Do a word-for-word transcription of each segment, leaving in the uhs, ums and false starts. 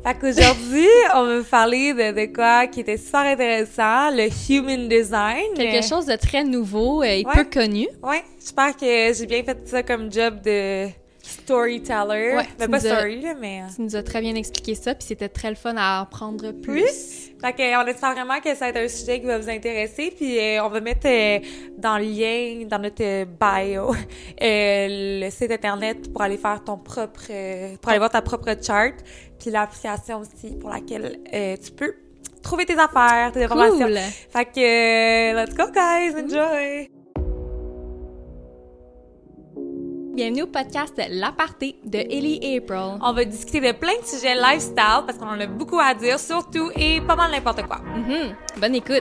Fait qu'aujourd'hui, on va parler de, de quoi qui était super intéressant, le Human Design. Quelque chose de très nouveau et ouais. peu connu. Ouais, j'espère que j'ai bien fait ça comme job de storyteller. Ouais, mais pas story, là, mais... Tu nous as très bien expliqué ça, puis c'était très le fun à apprendre plus. Oui. Fait qu'on espère vraiment que ça va être un sujet qui va vous intéresser, puis euh, on va mettre euh, dans le lien, dans notre euh, bio, euh, le site internet pour aller faire ton propre... Euh, pour aller voir ta propre chart, puis l'application aussi pour laquelle euh, tu peux trouver tes affaires, tes informations. Cool. Fait que, euh, let's go guys, enjoy! Bienvenue au podcast L'Aparté de Ellie et April. On va discuter de plein de sujets lifestyle parce qu'on en a beaucoup à dire, surtout, et pas mal n'importe quoi. Mm-hmm. Bonne écoute!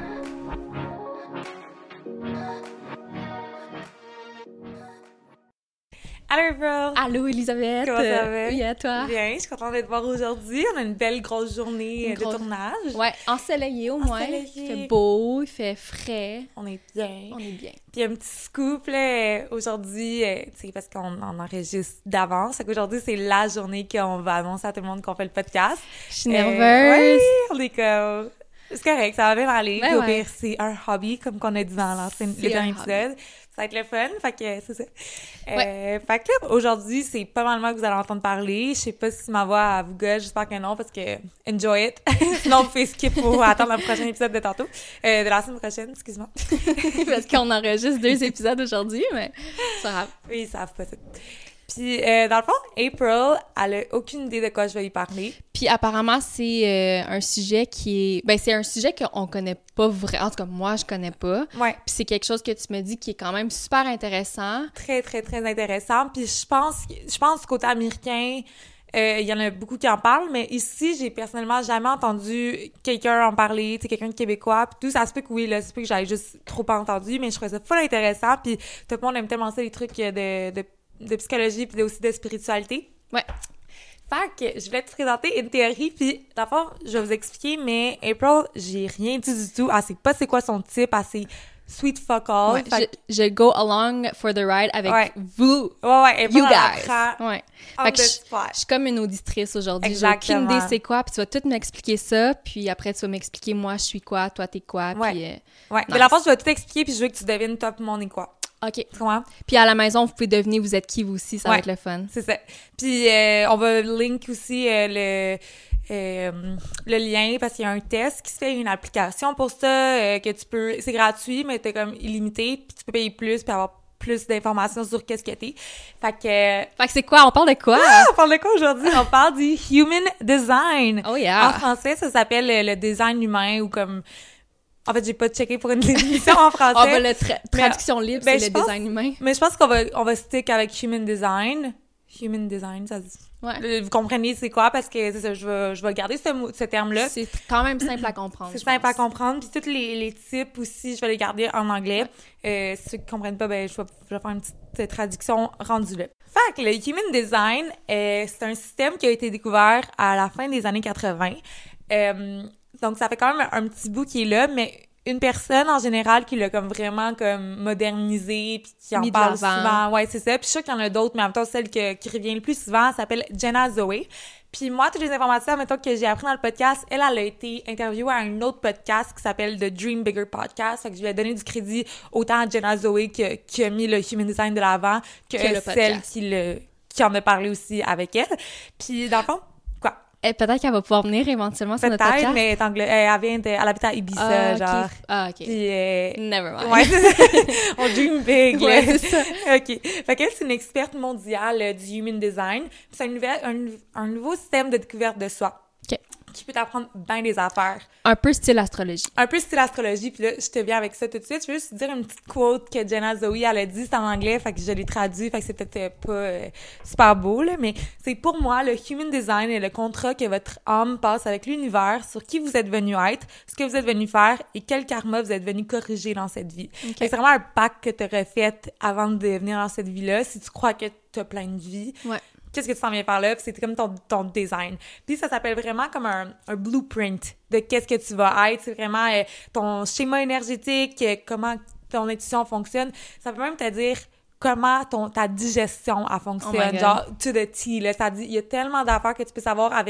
Allô, April! Allô, Elisabeth! Comment ça va? Oui, à toi? Bien, je suis contente de te voir aujourd'hui. On a une belle grosse journée Une de grosse... tournage. Ouais, ensoleillé au moins. Ensoleillé. Il fait beau, il fait frais. On est bien. On est bien. Puis un petit scoop, là, aujourd'hui, euh, tu sais, parce qu'on on enregistre d'avance. Fait qu'aujourd'hui, c'est la journée qu'on va annoncer à tout le monde qu'on fait le podcast. Je suis nerveuse! Euh, oui, on est comme... C'est correct, ça va bien aller. Ben Puis au ouais. pire, c'est un hobby, comme qu'on a dit dans l'ancien, le dernier épisode. Ça va être le fun, fait que c'est ça. Ouais. Euh, fait que là, aujourd'hui, c'est pas mal moi que vous allez entendre parler. Je sais pas si ma voix vous gâche, j'espère que non, parce que enjoy it. Sinon, on fait skip pour attendre le prochain épisode de tantôt. Euh, de la semaine prochaine, excuse-moi. Parce qu'on enregistre deux épisodes aujourd'hui, mais c'est grave. Oui, ils savent pas ça. Puis, euh, dans le fond, April, elle a aucune idée de quoi je vais y parler. Puis apparemment, c'est euh, un sujet qui est... Ben, c'est un sujet qu'on connaît pas vraiment. En tout cas, moi, je connais pas. Ouais. Puis c'est quelque chose que tu me dis qui est quand même super intéressant. Très, très, très intéressant. Puis je pense, je pense du côté américain, il euh, y en a beaucoup qui en parlent, mais ici, j'ai personnellement jamais entendu quelqu'un en parler, tu sais, quelqu'un de québécois, puis tout. Ça se peut que oui, là, ça se peut que j'avais juste trop pas entendu, mais je trouvais ça full intéressant. Puis tout le monde aime tellement ça, les trucs de... de de psychologie puis aussi de spiritualité. Ouais. Fait que je vais te présenter une théorie puis d'abord, je vais vous expliquer, mais April, j'ai rien dit du tout. Elle sait pas c'est quoi son type, elle sait sweet fuck all. Ouais, fait je, je go along for the ride avec ouais. vous. Ouais, ouais, April, you guys. Apprend ouais. on Fait que the je, spot. je suis comme une auditrice aujourd'hui. Exactement. J'ai aucune idée c'est quoi, puis tu vas tout m'expliquer ça, puis après tu vas m'expliquer moi je suis quoi, toi t'es quoi, ouais. puis... Euh, ouais, nice. mais la fois, je vais tout expliquer puis je veux que tu devines toi puis mon est quoi. OK. Comment? Puis à la maison, vous pouvez deviner vous êtes qui, vous aussi, ça ouais, va être le fun. C'est ça. Puis euh, on va link aussi euh, le... Euh, le lien parce qu'il y a un test qui se fait, une application pour ça euh, que tu peux, c'est gratuit mais t'es comme illimité puis tu peux payer plus puis avoir plus d'informations sur qu'est-ce que t'es. Fait que... Fait que c'est quoi? On parle de quoi? Ah! On parle de quoi aujourd'hui? On parle du Human Design. Oh yeah! En français, ça s'appelle le design humain ou comme... En fait, j'ai pas checké pour une définition en français. Ah, ben, la tra- traduction libre, ben, c'est le pense, design humain. Mais je pense qu'on va, on va stick avec Human Design. Human Design, ça se dit. Ouais. Vous comprenez c'est quoi, parce que c'est ça, je vais, je vais garder ce, ce terme-là. C'est quand même simple à comprendre. C'est simple pense. à comprendre. Puis tous les, les types aussi, je vais les garder en anglais. Ouais. Euh, si ceux qui comprennent pas, ben, je vais, je vais faire une petite traduction rendue là. Fait que le Human Design, euh, c'est un système qui a été découvert à la fin des années quatre-vingts. Euh, donc, ça fait quand même un, un petit bout qui est là, mais une personne en général qui l'a comme vraiment comme modernisé puis qui en mis parle souvent. Ouais, c'est ça. Puis je suis sûre qu'il y en a d'autres, mais en même temps, celle que, qui revient le plus souvent, elle s'appelle Jenna Zoe. Puis moi, toutes les informations, mettons, que j'ai appris dans le podcast, elle, elle a été interviewée à un autre podcast qui s'appelle The Dream Bigger Podcast. Fait que je lui ai donné du crédit autant à Jenna Zoe qui, qui a mis le Human Design de l'avant que, que celle qui, le, qui en a parlé aussi avec elle. Puis dans le fond, quoi? Et peut-être qu'elle va pouvoir venir éventuellement sur peut-être, notre podcast. mais elle, elle vient de, elle habite à Ibiza, ah, okay. genre. Ah, OK. Puis, euh, never mind. Ouais, c'est ça. On dream big, ouais, là. c'est ça. OK. Fait qu'elle, c'est une experte mondiale euh, du Human Design. Puis c'est un, nouvel, un, un nouveau système de découverte de soi. OK. Qui peut t'apprendre bien des affaires. Un peu style astrologie. Un peu style astrologie, puis là, je te viens avec ça tout de suite. Je veux juste dire une petite quote que Jenna Zoe, elle a dit, c'est en anglais, fait que je l'ai traduit, fait que c'est peut-être pas euh, super beau, là, mais c'est pour moi, le Human Design est le contrat que votre âme passe avec l'univers sur qui vous êtes venu être, ce que vous êtes venu faire et quel karma vous êtes venu corriger dans cette vie. Okay. C'est vraiment un pacte que tu aurais fait avant de venir dans cette vie-là, si tu crois que tu as plein de vie. Ouais. Qu'est-ce que tu t'en viens par là? Puis c'est comme ton, ton design. Puis ça s'appelle vraiment comme un, un blueprint de qu'est-ce que tu vas être. C'est vraiment euh, ton schéma énergétique, euh, comment ton intuition fonctionne. Ça peut même te dire comment ton, ta digestion elle fonctionne. Oh genre, to the T, là. Ça dit, il y a tellement d'affaires que tu peux savoir avec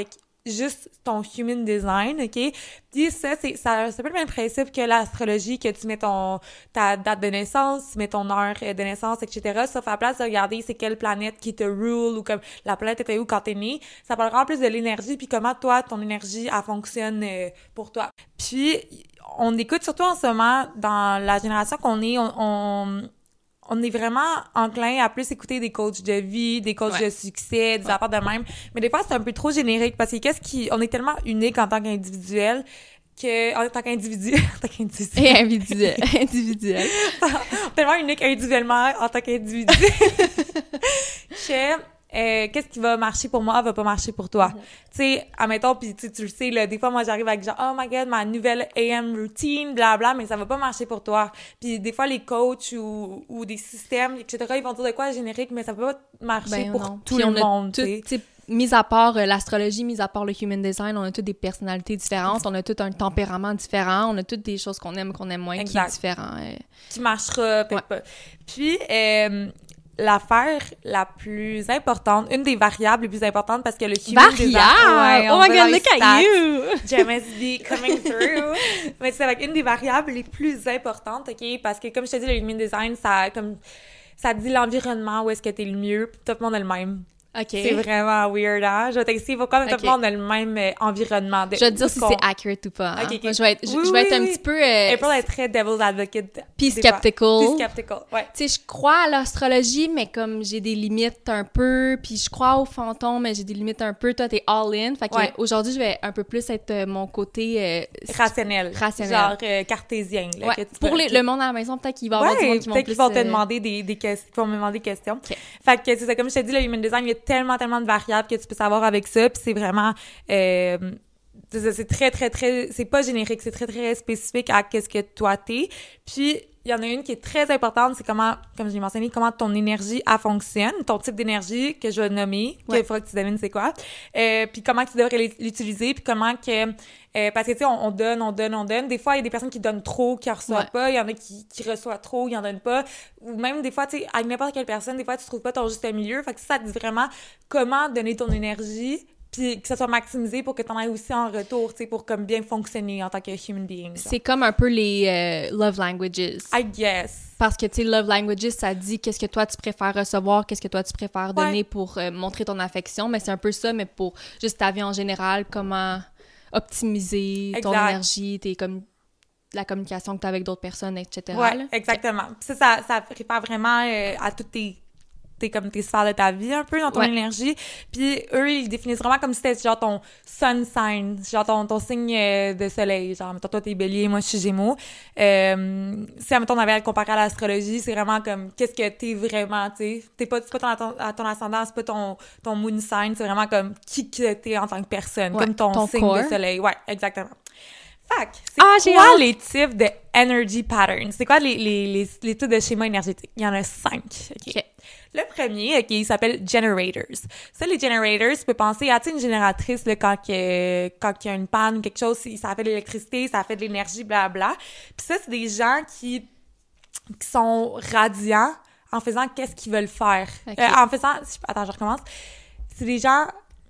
juste ton human design, OK? Puis ça, c'est ça, c'est un peu le même principe que l'astrologie, que tu mets ton ta date de naissance, tu mets ton heure de naissance, et cetera. Sauf à la place de regarder c'est quelle planète qui te rule ou comme la planète était où quand t'es né. Ça parle vraiment plus de l'énergie puis comment toi, ton énergie, elle fonctionne euh, pour toi. Puis, on écoute surtout en ce moment, dans la génération qu'on est, on... on on est vraiment enclin à plus écouter des coachs de vie, des coachs ouais. de succès, des ouais. affaires de même. Mais des fois, c'est un peu trop générique parce que qu'est-ce qui, on est tellement unique en tant qu'individuel que, en tant qu'individu, en tant qu'individu. Et individuel. individuel. Tellement unique individuellement en tant qu'individu. que, Euh, qu'est-ce qui va marcher pour moi va pas marcher pour toi. Mm-hmm. Tu sais, admettons, puis tu, tu le sais, là, des fois, moi, j'arrive avec genre, oh my god, ma nouvelle A M routine, blabla, mais ça va pas marcher pour toi. Puis des fois, les coachs ou, ou des systèmes, et cetera, ils vont dire de quoi générique, mais ça va pas marcher ben, pour non. tout puis le monde, tu sais. Mis à part euh, l'astrologie, mis à part le human design, on a toutes des personnalités différentes, on a tout un tempérament différent, on a toutes des choses qu'on aime, qu'on aime moins, exact. Qui est différent. Euh... Qui marchera peut-être ouais. pas. Puis, euh, l'affaire la plus importante, une des variables les plus importantes, parce que le human design... Ouais, oh my god, look at you! J M S D coming through! Mais c'est avec une des variables les plus importantes, OK? Parce que, comme je te dis, le human design, ça, comme, ça dit l'environnement où est-ce que t'es le mieux, puis tout le monde est le même. Okay. C'est vraiment weird, hein? Je vais t'expliquer pourquoi okay. tout le monde a le même euh, environnement. De, je vais te dire si c'est accurate ou pas. Hein? Okay, okay. Moi, je vais être, je, oui, je vais être oui, un oui. petit peu... Euh, April est très devil's advocate. Puis skeptical. Puis skeptical, ouais. Tu sais, je crois à l'astrologie, mais comme j'ai des limites un peu, puis je crois aux fantômes, mais j'ai des limites un peu. Toi, t'es all-in. Fait que ouais. aujourd'hui, je vais un peu plus être euh, mon côté... Euh, rationnel. Rationnel. Genre euh, cartésien. Là, ouais. que tu Pour peux, les, okay. le monde à la maison, peut-être qu'il va y ouais, avoir du monde qui vont peut-être plus... qu'ils vont te euh... demander des, des questions, qu'ils vont me demander des questions. Okay. Fait que c'est ça, comme je te dis, le human design, il y a tellement, tellement de variables que tu peux savoir avec ça, puis c'est vraiment... Euh, c'est, c'est très, très, très... C'est pas générique, c'est très, très spécifique à qu'est-ce que toi t'es. Puis, il y en a une qui est très importante, c'est comment, comme j'ai mentionné, comment ton énergie, elle fonctionne, ton type d'énergie que je vais nommer, ouais. qu'il faudra que tu devines c'est quoi, euh, puis comment tu devrais l'utiliser, puis comment que... Euh, parce que, tu sais, on, on donne, on donne, on donne. Des fois, il y a des personnes qui donnent trop, qui en reçoivent ouais. pas. Il y en a qui, qui reçoivent trop, qui en donnent pas. Ou même, des fois, tu sais, avec n'importe quelle personne, des fois, tu trouves pas ton juste milieu. Fait que ça te dit vraiment comment donner ton énergie, puis que ça soit maximisé pour que tu en aies aussi en retour, tu sais, pour comme bien fonctionner en tant que human being. Genre. C'est comme un peu les euh, love languages. I guess. Parce que, tu sais, love languages, ça dit qu'est-ce que toi, tu préfères recevoir, qu'est-ce que toi, tu préfères donner ouais. pour euh, montrer ton affection. Mais c'est un peu ça, mais pour juste ta vie en général, comment... optimiser exact. Ton énergie, tes comme la communication que tu as avec d'autres personnes, et cetera. Ouais, exactement. Okay. Ça, ça, ça réfère vraiment euh, à toutes tes, tes, comme tes sphères de ta vie, un peu, dans ton ouais. énergie. Puis eux, ils définissent vraiment comme si c'était genre ton sun sign, genre ton, ton signe de soleil. Genre, mettons, toi, t'es bélier, moi, je suis gémeaux. Euh, si, mettons, on avait à le comparer à l'astrologie, c'est vraiment comme, qu'est-ce que t'es vraiment, tu sais. T'es pas, c'est pas ton, ton ascendant, c'est pas ton, ton moon sign, c'est vraiment comme qui que t'es en tant que personne, ouais, comme ton, ton signe corps. De soleil. Ouais, exactement. Fait que, c'est ah, quoi les types de energy patterns? C'est quoi les, les, les, les types de schémas énergétiques? Il y en a cinq. OK. okay. Le premier, OK, il s'appelle generators. Ça, les generators, tu peux penser à, tu sais, une génératrice, là, quand il quand y a une panne, quelque chose, ça fait de l'électricité, ça fait de l'énergie, blablabla. Puis ça, c'est des gens qui, qui sont radiants en faisant qu'est-ce qu'ils veulent faire. Okay. Euh, en faisant... Attends, je recommence. C'est des gens...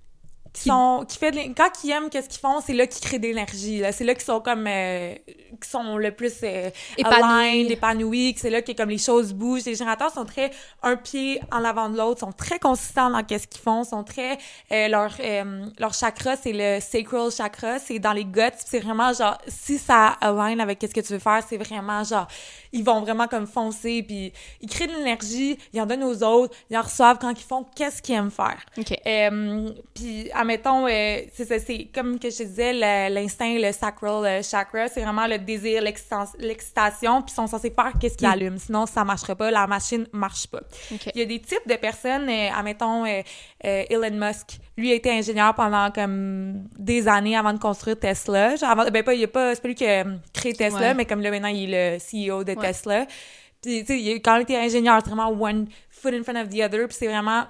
Qui sont qui fait de, quand ils aiment qu'est-ce qu'ils font, c'est là qu'ils créent de l'énergie là, c'est là qu'ils sont comme euh, qui sont le plus euh, aligned, épanouis, que c'est là que comme les choses bougent. Les générateurs sont très un pied en avant de l'autre, sont très consistants dans qu'est-ce qu'ils font, sont très euh, leur euh, leur chakra, c'est le sacral chakra, c'est dans les guts, c'est vraiment genre si ça align avec qu'est-ce que tu veux faire, c'est vraiment genre ils vont vraiment comme foncer, puis ils créent de l'énergie, ils en donnent aux autres, ils en reçoivent quand ils font qu'est-ce qu'ils aiment faire. Okay. Euh, puis admettons, euh, c'est ça, c'est comme que je te disais, le, l'instinct, le sacral le chakra, c'est vraiment le désir, l'excitation, puis ils sont censés faire qu'est-ce qui mm. allume, sinon ça marchera pas, la machine marche pas. Okay. Il y a des types de personnes, euh, admettons, euh, euh, Elon Musk, lui a été ingénieur pendant comme des années avant de construire Tesla. Genre, avant, ben pas, il y a pas, c'est pas lui qui a créé Tesla, ouais. mais comme là maintenant il est le C E O de ouais. Tesla. Puis tu sais, il a quand même été ingénieur, c'est vraiment one foot in front of the other, puis c'est vraiment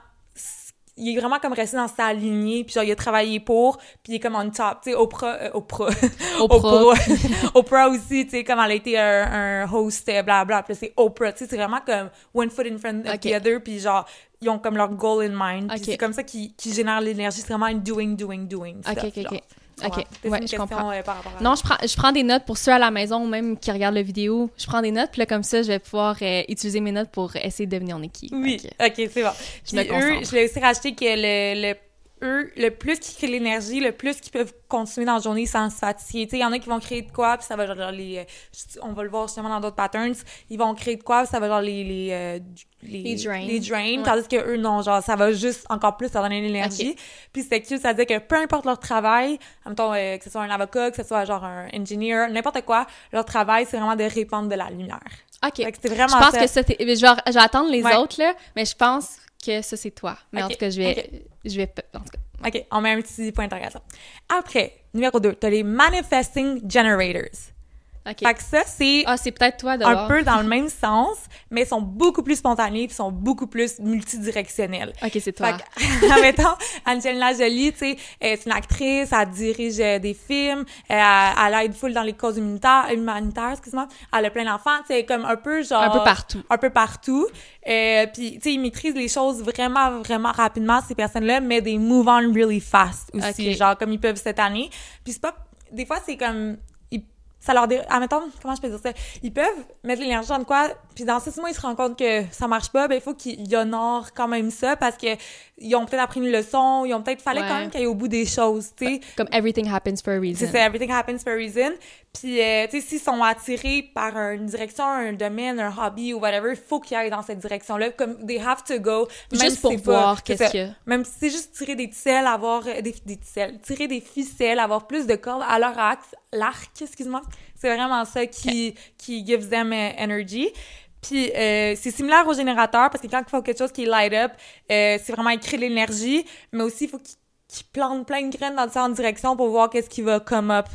il est vraiment comme resté dans sa lignée, puis genre il a travaillé pour, puis il est comme on top, tu sais, Oprah, euh, Oprah, Oprah, Oprah aussi, tu sais, comme elle a été un, un host, blablabla, puis c'est Oprah, tu sais, c'est vraiment comme one foot in front of okay. the other, puis genre ils ont comme leur goal in mind. Puis okay. c'est comme ça qu'ils, qu'ils génèrent l'énergie. C'est vraiment un doing, doing, doing. OK, stuff, OK, genre. OK. Ouais, OK, c'est ouais, une je question, comprends. euh, par rapport à... Non, je prends, je prends des notes pour ceux à la maison ou même qui regardent la vidéo. Je prends des notes, puis là, comme ça, je vais pouvoir euh, utiliser mes notes pour essayer de devenir en équipe. Oui, OK, OK, c'est bon. Je me Puis concentre. eux, je l'ai aussi racheté que le... le eux, le plus qu'ils créent l'énergie, le plus qu'ils peuvent continuer dans la journée sans se fatiguer. Tu sais, il y en a qui vont créer de quoi, puis ça va genre les... On va le voir justement dans d'autres patterns. Ils vont créer de quoi, puis ça va genre les... Les, euh, les, les drains. Les drains, ouais. tandis que eux, non, genre, ça va juste encore plus leur donner l'énergie. Okay. Puis c'était cute, ça veut dire que peu importe leur travail, mettons, euh, que ce soit un avocat, que ce soit genre un engineer, n'importe quoi, leur travail, c'est vraiment de répandre de la lumière. OK. Fait que c'est vraiment je pense ça. que ça, je vais, je vais attendre les ouais. autres, là, mais je pense que ça, c'est toi. Mais okay. en tout cas, je vais... Okay. Je vais... En tout cas... OK, on met un petit point d'interrogation. Après, numéro deux, t'as les Manifesting Generators. OK. Fait que ça, c'est... Ah, c'est peut-être toi, un d'abord. peu dans le même sens, mais ils sont beaucoup plus spontanés puis sont beaucoup plus multidirectionnels. OK, c'est toi. Fait que, mettons, Angelina Jolie, tu sais, c'est une actrice, elle dirige des films, elle, elle aide full dans les causes humanitaires, humanitaires, excuse-moi, elle a plein d'enfants, tu sais, comme un peu genre... Un peu partout. Un peu partout. Euh, puis, tu sais, ils maîtrisent les choses vraiment, vraiment rapidement, ces personnes-là, mais des move on really fast aussi, okay. genre comme ils peuvent cette année. Puis c'est pas... Des fois, c'est comme... ça leur... Dé... Admettons, comment je peux dire ça? Ils peuvent mettre l'énergie dans quoi, puis dans six mois, ils se rendent compte que ça marche pas, ben il faut qu'ils honorent quand même ça, parce que ils ont peut-être appris une leçon, ils ont peut-être... Fallait ouais. quand même qu'ils aillent au bout des choses, tu sais. Comme « everything happens for a reason ». C'est ça, « everything happens for a reason ». Puis, euh, tu sais, s'ils sont attirés par une direction, un domaine, un hobby ou whatever, il faut qu'ils aillent dans cette direction-là. Comme, they have to go. Juste si pour voir pas, qu'est-ce qu'il y a. Même si c'est juste tirer des ficelles, avoir... Des, des ficelles. Tirer des ficelles, avoir plus de cordes à leur axe, l'arc, excuse-moi. C'est vraiment ça qui, okay. qui gives them uh, energy. Puis, euh, c'est similaire au générateur, parce que quand il faut quelque chose qui est light up, euh, c'est vraiment écrire l'énergie, mais aussi, il faut qu'ils qu'il plante plein de graines dans différentes directions pour voir qu'est-ce qui va come up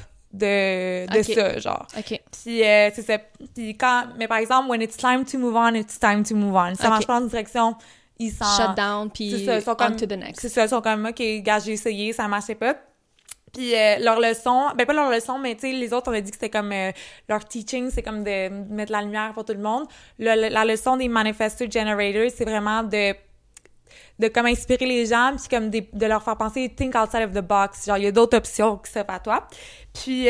de, de okay. ça, genre. OK. Puis, euh, c'est ça. Puis quand... Mais par exemple, when it's time to move on, it's time to move on. Ça okay. marche pas en direction, ils sont... Shut down, puis on comme, to the next. C'est ça, ils sont comme, OK, gars, j'ai essayé, ça marchait pas. Puis euh, leur leçon, ben pas leur leçon, mais tu sais, les autres, on a dit que c'était comme euh, leur teaching, c'est comme de mettre la lumière pour tout le monde. Le, le, la leçon des Manifestor Generators, c'est vraiment de de comme inspirer les gens, puis comme des, de leur faire penser « think outside of the box ». Genre, il y a d'autres options qui s'offrent à toi. Puis,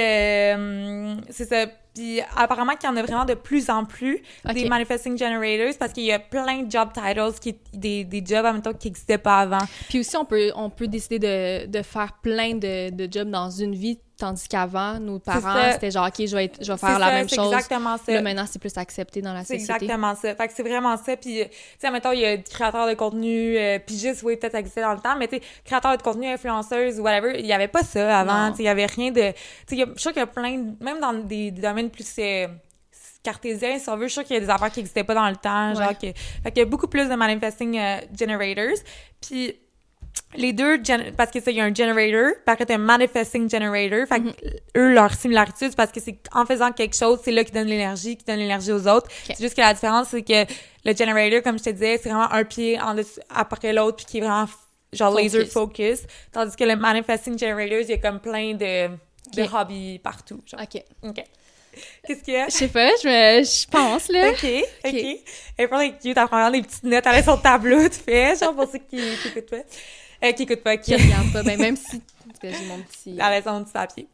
euh, c'est ça. Puis, apparemment qu'il y en a vraiment de plus en plus okay. des Manifesting Generators, parce qu'il y a plein de job titles, qui, des, des jobs en même temps qui n'existaient pas avant. Puis aussi, on peut, on peut décider de, de faire plein de, de jobs dans une vie, tandis qu'avant, nos parents, c'était genre, OK, je vais, être, je vais faire c'est la ça, même c'est chose. Exactement ça. Là, maintenant, c'est plus accepté dans la c'est société. C'est exactement ça. Fait que c'est vraiment ça. Puis, tu sais, mettons, il y a des créateurs de contenu, euh, puis juste, oui, peut-être ça existait dans le temps, mais tu sais, créateurs de contenu, influenceuses, whatever, il y avait pas ça avant. Tu sais, il y avait rien de... Tu sais, je suis sûre qu'il y a plein... De, même dans des, des domaines plus... Euh, cartésien, si on veut, je suis sûre qu'il y a des affaires qui n'existaient pas dans le temps, ouais. genre que... Fait qu'il y a beaucoup plus de manifesting uh, generators. Puis les deux, gen- parce que ça, il y a un generator, par contre, un manifesting generator. Fait mm-hmm. que eux, leur similitude, c'est parce que c'est en faisant quelque chose, c'est là qui donne l'énergie, qui donne l'énergie aux autres. Okay. C'est juste que la différence, c'est que le generator, comme je te disais, c'est vraiment un pied en dessus, après l'autre, puis qui est vraiment genre focus. Laser focus. Tandis que le manifesting generator, il y a comme plein de, okay. de hobbies partout. Genre. OK. OK. Qu'est-ce qu'il y a? Je sais pas, je, me, je pense, là. OK, OK. Okay. Elle prend les cute, elle prend des petites notes, elle a son tableau, tu fais, genre pour ceux qui, qui écoutent pas. Euh, qui écoutent pas, qui... Qui regardent pas, ben même si j'ai mon petit... Elle a son petit papier.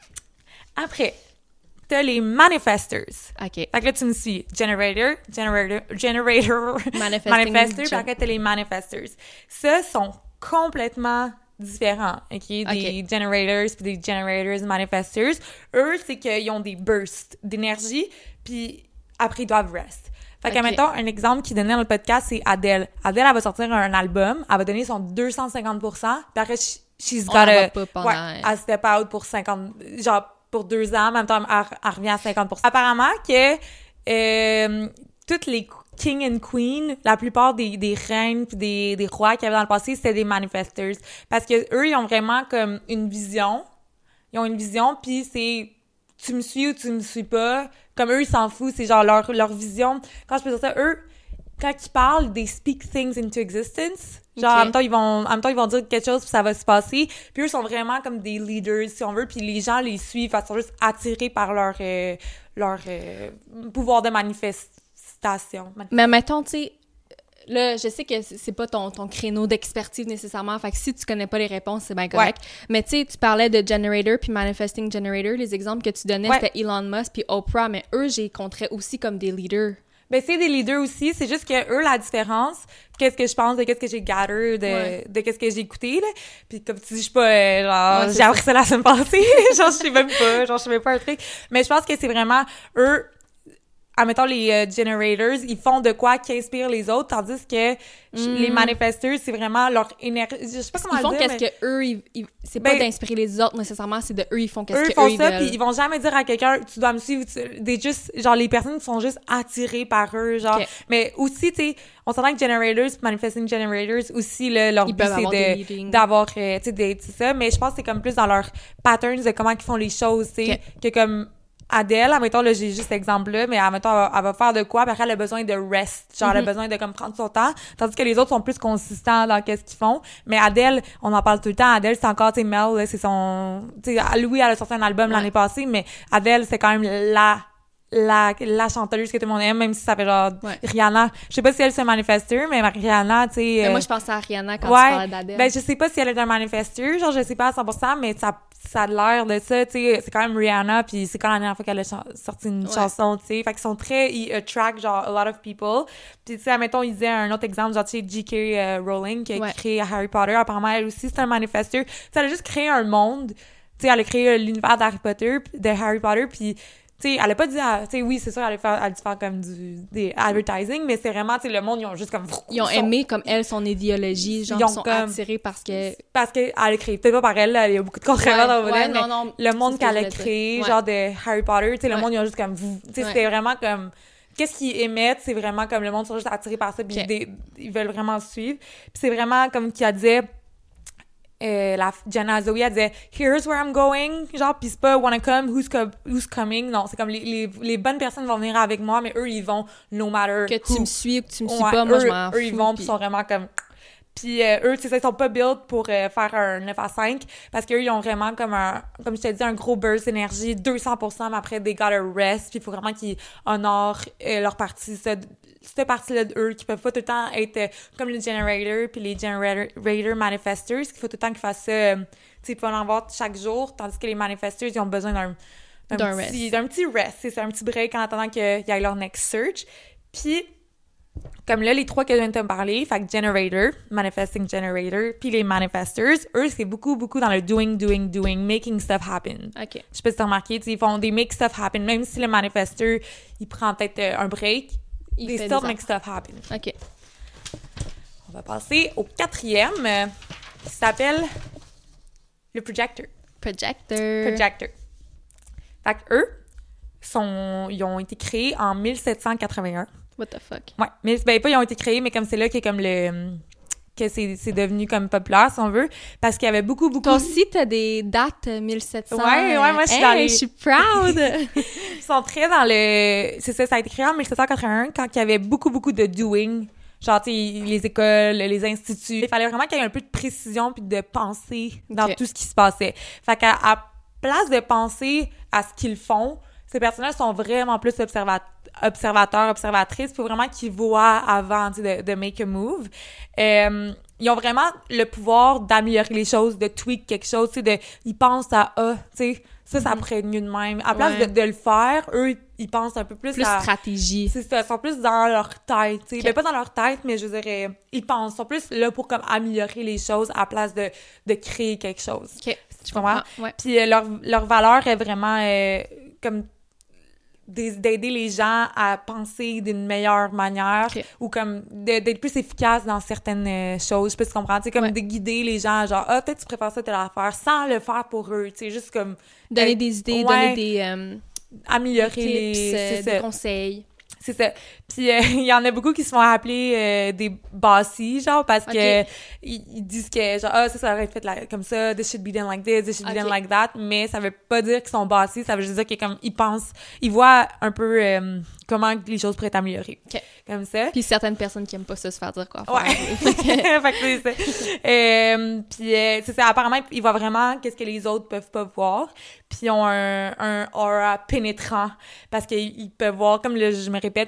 Après, t'as les manifestors. OK. Fait que là, tu me suis. Generator, generator, generator, manifesting. manifestor, puis après, t'as les manifestors. Ça sont complètement... différents, OK? Des okay. generators puis des generators manifestors. Eux, c'est qu'ils ont des bursts d'énergie, puis après, ils doivent rest. Fait que, okay. mettons, un exemple qui donnait dans le podcast, c'est Adele. Adele, elle va sortir un album, elle va donner son deux cent cinquante pour cent, puis après, she's got a... Ouais, elle step out pour cinquante... Genre, pour deux ans, en même temps, elle, elle revient à cinquante pour cent. Apparemment que euh, toutes les... King and Queen, la plupart des, des reines pis des, des rois qu'il y avait dans le passé, c'était des manifestors. Parce que eux, ils ont vraiment comme une vision. Ils ont une vision, puis c'est tu me suis ou tu me suis pas. Comme eux, ils s'en foutent, c'est genre leur, leur vision. Quand je peux dire ça, eux, quand ils parlent, they speak things into existence. Genre, okay. en même temps, ils vont, en même temps, ils vont dire quelque chose puis ça va se passer. Puis eux sont vraiment comme des leaders, si on veut, puis les gens les suivent, ils sont juste attirés par leur, euh, leur euh, pouvoir de manifester. Station. Mais mettons, tu sais, là, je sais que c'est pas ton, ton créneau d'expertise nécessairement, fait que si tu connais pas les réponses, c'est bien correct. Ouais. Mais tu sais, tu parlais de Generator puis Manifesting Generator, les exemples que tu donnais, ouais. c'était Elon Musk puis Oprah, mais eux, j'ai compté aussi comme des leaders. Ben, c'est des leaders aussi, c'est juste que eux, la différence, qu'est-ce que je pense de qu'est-ce que j'ai gather, de, ouais. de qu'est-ce que j'ai écouté, là. Puis comme tu dis, je suis pas, euh, genre, ouais, j'ai appris ça la semaine passée, genre, je sais même pas, genre, je sais même pas un truc. Mais je pense que c'est vraiment, eux, admettons, les euh, generators, ils font de quoi qui inspire les autres, tandis que mm. les manifesteurs, c'est vraiment leur énergie. Je sais pas comment ils font dire, qu'est-ce mais... que eux, ils, ils, c'est ben, pas d'inspirer les autres nécessairement, c'est de eux, ils font qu'est-ce eux, que ils font eux, ça, ils puis ils vont jamais dire à quelqu'un, tu dois me suivre, tu, des juste, genre, les personnes sont juste attirées par eux, genre. Okay. Mais aussi, tu sais, on s'entend que generators, manifesting generators, aussi, là, leur ils but, c'est de, d'avoir, euh, tu sais, des, ça, mais je pense que c'est comme plus dans leur patterns de comment ils font les choses, tu sais, okay. que comme, Adèle, admettons, là, j'ai juste cet exemple-là, mais admettons, elle, elle va faire de quoi, puis après, elle a besoin de rest, genre, mm-hmm. elle a besoin de, comme, prendre son temps, tandis que les autres sont plus consistants dans qu'est-ce qu'ils font, mais Adèle, on en parle tout le temps, Adèle, c'est encore, tu sais, Mel, là, c'est son, tu sais, Louis, elle a sorti un album ouais. l'année passée, mais Adèle, c'est quand même la, la, la chanteuse que tout le monde aime, même si ça fait genre, ouais. Rihanna, je sais pas si elle c'est un manifesteur, mais Rihanna, tu sais... Mais euh, moi, je pensais à Rihanna quand ouais, tu parlais d'Adèle. Ben, je sais pas si elle est un manifesteur, genre, je sais pas à cent pour cent, mais ça ça a l'air de ça, tu sais, c'est quand même Rihanna, puis c'est quand la dernière fois qu'elle a ch- sorti une ouais. chanson, tu sais, fait qu'ils sont très, ils attract, genre, a lot of people, puis tu sais, admettons, ils disaient un autre exemple, genre, tu sais, J K uh, Rowling, qui a ouais. créé Harry Potter, apparemment, elle aussi, c'est un manifesteur, tu sais, elle a juste créé un monde, tu sais, elle a créé l'univers d'Harry Potter, de Harry Potter, puis tu sais, elle a pas dit, tu sais, oui, c'est sûr, elle a faire, elle a dû faire comme du, des advertising, mais c'est vraiment, tu sais, le monde, ils ont juste comme... Ils ont sont, aimé, comme elle, son idéologie, genre, ils, ils sont comme, attirés parce que... Parce qu'elle a créé, peut-être pas par elle, là, il y a beaucoup de contraires dans le ouais, modèle, mais non, le monde qu'elle a créé, genre, de Harry Potter, tu sais, ouais. le monde, ils ont juste comme... Tu sais, ouais. c'était vraiment comme... Qu'est-ce qu'ils émettent, c'est vraiment comme le monde sont juste attirés par ça, puis okay. ils, ils veulent vraiment suivre. Puis c'est vraiment comme qui a dit... Euh, la Jenna Zoe elle disait here's where I'm going, genre, pis c'est pas wanna come, who's, co- who's coming, non, c'est comme les, les, les bonnes personnes vont venir avec moi, mais eux ils vont no matter que who. Tu me suis ou que tu me suis ouais, pas, moi eux, je m'en fous. Eux ils vont pis pis sont vraiment comme pis euh, eux, tu sais, ils sont pas built pour euh, faire un neuf à cinq parce qu'eux ils ont vraiment comme un, comme je t'ai dit, un gros burst d'énergie, deux cents pour cent, mais après they gotta rest, pis il faut vraiment qu'ils honorent euh, leur partie, ça, cette partie-là d'eux qui peuvent pas tout le temps être euh, comme les generators puis les generator manifestors, qu'il faut tout le temps qu'ils fassent ça, euh, tu sais, ils peuvent en avoir chaque jour, tandis que les manifestors, ils ont besoin d'un, d'un, d'un, petit, rest. d'un petit rest, c'est ça, un petit break en attendant qu'il y ait leur next surge. Puis, comme là, les trois que je viens de te parler, fait que generator, manifesting generator, puis les manifestors, eux, c'est beaucoup, beaucoup dans le doing, doing, doing, making stuff happen. OK. Je sais pas si t'as remarqué, ils font des make stuff happen, même si le manifestor, il prend peut-être euh, un break, il they still make stuff happen. OK. On va passer au quatrième, euh, qui s'appelle le projector. Projector. Projector. Fait que eux, sont, ils ont été créés en dix-sept cent quatre-vingt-un. What the fuck? Ouais, mais ben pas ils ont été créés, mais comme c'est là que comme le que c'est c'est devenu comme populaire si on veut, parce qu'il y avait beaucoup beaucoup. Toi aussi t'as des dates mille sept cents. Ouais, ouais, moi je suis hey, dans les. Je suis proud. Ils sont très dans le. C'est ça, ça a été créé en dix-sept cent quatre-vingt-un quand il y avait beaucoup beaucoup de doing. Genre, tu sais, les écoles, les instituts. Il fallait vraiment qu'il y ait un peu de précision puis de pensée dans okay. tout ce qui se passait. Fait qu'à à place de penser à ce qu'ils font, ces personnes-là sont vraiment plus observat- observateurs, observatrices. Il faut vraiment qu'ils voient avant, tu sais, de, de make a move. Euh, ils ont vraiment le pouvoir d'améliorer les choses, de tweak quelque chose, tu sais, de, ils pensent à, ah, tu sais, ça, ça pourrait être mieux de même. À place ouais. de, de le faire, eux, ils pensent un peu plus, plus à... Plus stratégie. C'est ça, ils sont plus dans leur tête, tu sais. Okay. Ben, pas dans leur tête, mais je dirais, ils pensent, ils sont plus là pour, comme, améliorer les choses à place de, de créer quelque chose. OK. Tu comprends? Ah, ouais. Puis euh, leur, leur valeur est vraiment, euh, comme... d'aider les gens à penser d'une meilleure manière okay. ou comme de, d'être plus efficace dans certaines euh, choses, je sais pas si tu comprends, tu sais, comme ouais. de guider les gens, genre, ah, peut-être tu préfères ça, telle affaire, sans le faire pour eux, tu sais, juste comme... Donner des idées, ouais, donner des... Euh, améliorer tips, les... Euh, c'est des ça. conseils. C'est ça. Puis euh, il y en a beaucoup qui se font appeler euh, des bossies, genre, parce okay. que ils, ils disent que, genre, ah, ça, ça aurait été fait like, comme ça, this should be done like this, this should okay. be done like that, mais ça veut pas dire qu'ils sont bossies, ça veut juste dire qu'ils comme, ils pensent, ils voient un peu euh, comment les choses pourraient être améliorées. Okay. Comme ça. Puis certaines personnes qui aiment pas ça se faire dire quoi faire. Ouais. Fait que c'est ça. euh, puis euh, c'est ça, apparemment, ils voient vraiment qu'est-ce que les autres peuvent pas voir. Puis ils ont un, un aura pénétrant parce qu'ils peuvent voir, comme le, je me répète, mais they can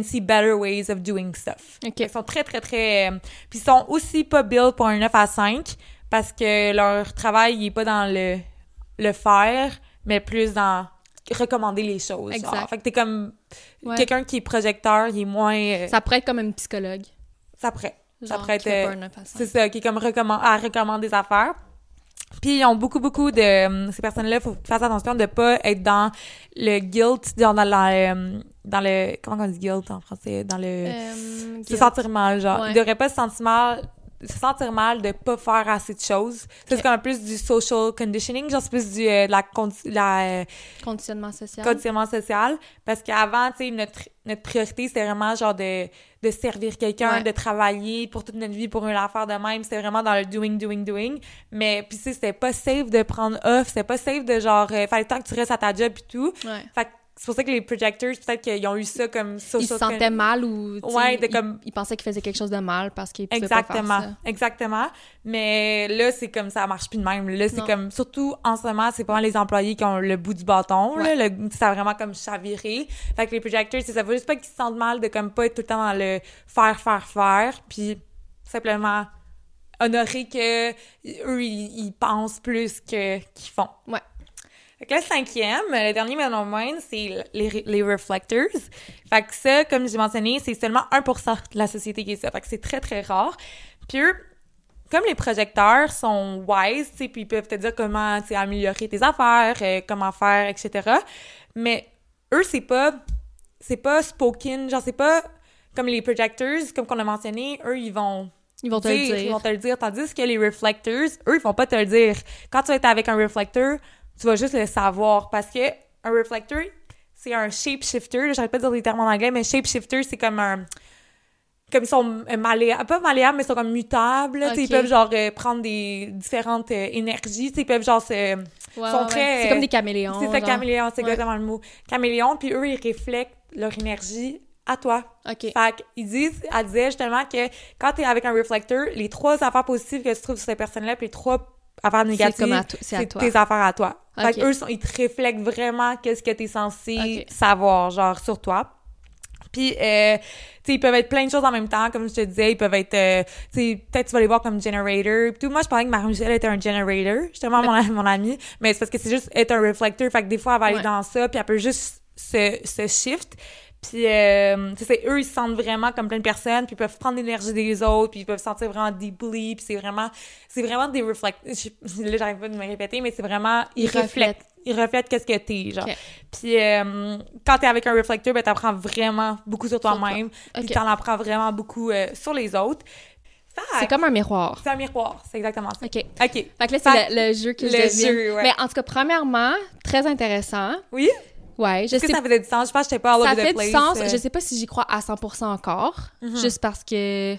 see better ways of doing stuff. OK. Ils sont très, très, très... Euh, puis ils sont aussi pas built pour un neuf à cinq parce que leur travail, il est pas dans le, le faire, mais plus dans recommander les choses. Exact. Genre. Fait que t'es comme... Ouais. Quelqu'un qui est projecteur, il est moins... Euh, ça pourrait être comme un psychologue. Ça pourrait. Genre, ça pourrait être... qui fait pas Euh, un neuf à cinq. c'est ça, qui est comme recommand, à recommander des affaires. Puis ils ont beaucoup, beaucoup de... Ces personnes-là, il faut faire attention de pas être dans le guilt, dans, dans, la, dans le... Comment on dit guilt en français? Dans le... Euh, se sentir mal, genre. Ouais. Ils devraient pas se sentir mal... se sentir mal de pas faire assez de choses. Ça, Okay. c'est comme plus du social conditioning, genre c'est plus du, euh, de la, condi- la euh, Conditionnement social. conditionnement social. Parce qu'avant, tu sais, notre, notre priorité, c'était vraiment genre de, de servir quelqu'un, Ouais. de travailler pour toute notre vie pour une affaire de même. C'était vraiment dans le doing, doing, doing. Mais, puis tu sais, c'était pas safe de prendre off. C'était pas safe de genre, euh, fallait le temps que tu restes à ta job et tout. Ouais. Fait que c'est pour ça que les projectors, peut-être qu'ils ont eu ça comme social... Ils se sentaient mal ou tu sais, Ouais, de ils, comme- ils pensaient qu'ils faisaient quelque chose de mal parce qu'ils pouvaient Exactement, pas faire ça. exactement. Mais là, c'est comme ça marche plus de même. Là, c'est Non. comme, surtout en ce moment, c'est pas les employés qui ont le bout du bâton. Ouais. Là, le, ça a vraiment comme chaviré. Fait que les projectors, c'est ça veut juste pas qu'ils se sentent mal de comme pas être tout le temps dans le faire, faire, faire. Puis simplement honorer que eux, ils, ils pensent plus que qu'ils font. Ouais. Fait que le cinquième, le dernier mais non moindre, c'est les, les reflectors. Fait que ça, comme j'ai mentionné, c'est seulement un pour cent de la société qui est ça. Fait que c'est très, très rare. Puis eux, comme les projecteurs sont wise, tu sais, puis ils peuvent te dire comment, tu sais, améliorer tes affaires, euh, comment faire, et cetera. Mais eux, c'est pas, c'est pas spoken, genre c'est pas comme les projectors, comme qu'on a mentionné, eux, ils vont... Ils vont te le dire. Ils vont te le dire. Tandis que les reflectors, eux, ils vont pas te le dire. Quand tu vas être avec un reflector, tu vas juste le savoir parce que un reflector, c'est un shapeshifter. J'arrête pas de dire des termes en anglais, mais shapeshifter, c'est comme un... Comme ils sont malléables, pas malléables, mais ils sont comme mutables. Okay. Ils peuvent genre euh, prendre des différentes euh, énergies. Ils peuvent genre se... Ouais, sont ouais, très, ouais. C'est comme des caméléons. C'est ça, genre. caméléon, c'est Ouais. exactement le mot. Caméléon, puis eux, ils reflètent leur énergie à toi. OK. Fait qu'ils disent, elle disait justement que quand t'es avec un reflector, les trois affaires positives que tu trouves sur cette personne-là, puis les trois affaires négatives, C'est comme à to- c'est à c'est toi. tes affaires à toi. OK. Fait qu'eux, sont- ils te reflètent vraiment qu'est-ce que t'es censé OK. savoir, genre, sur toi. Puis, euh, tu sais, ils peuvent être plein de choses en même temps, comme je te disais, ils peuvent être, euh, tu sais, peut-être tu vas les voir comme generator. Puis tout, moi, je parlais que Marie-Michel était un generator, justement, mon, mon amie, mais c'est parce que c'est juste être un reflector, fait que des fois, elle va aller Ouais. dans ça, puis elle peut juste se, se shift. Puis, euh, tu sais, eux, ils se sentent vraiment comme plein de personnes, puis ils peuvent prendre l'énergie des autres, puis ils peuvent se sentir vraiment deeply, puis c'est vraiment, c'est vraiment des reflect... je- Là, j'arrive pas de me répéter, mais c'est vraiment, ils, Ils reflètent. reflètent. Ils reflètent qu'est-ce que t'es, genre. OK. Puis, euh, quand t'es avec un reflector, ben, t'apprends vraiment beaucoup sur toi-même, puis OK. t'en apprends vraiment beaucoup euh, sur les autres. Fait C'est comme un miroir. c'est un miroir, c'est exactement ça. OK. OK. Fait que là, c'est Fait- le, le jeu que je le devine. jeu, ouais. Mais en tout cas, premièrement, très intéressant. Oui? Ouais, je Est-ce que sais ça faisait du sens? Je pense que j'étais pas all ça over the fait place. du sens. euh. Je sais pas si j'y crois à cent pour cent encore. Mhm. Juste parce que...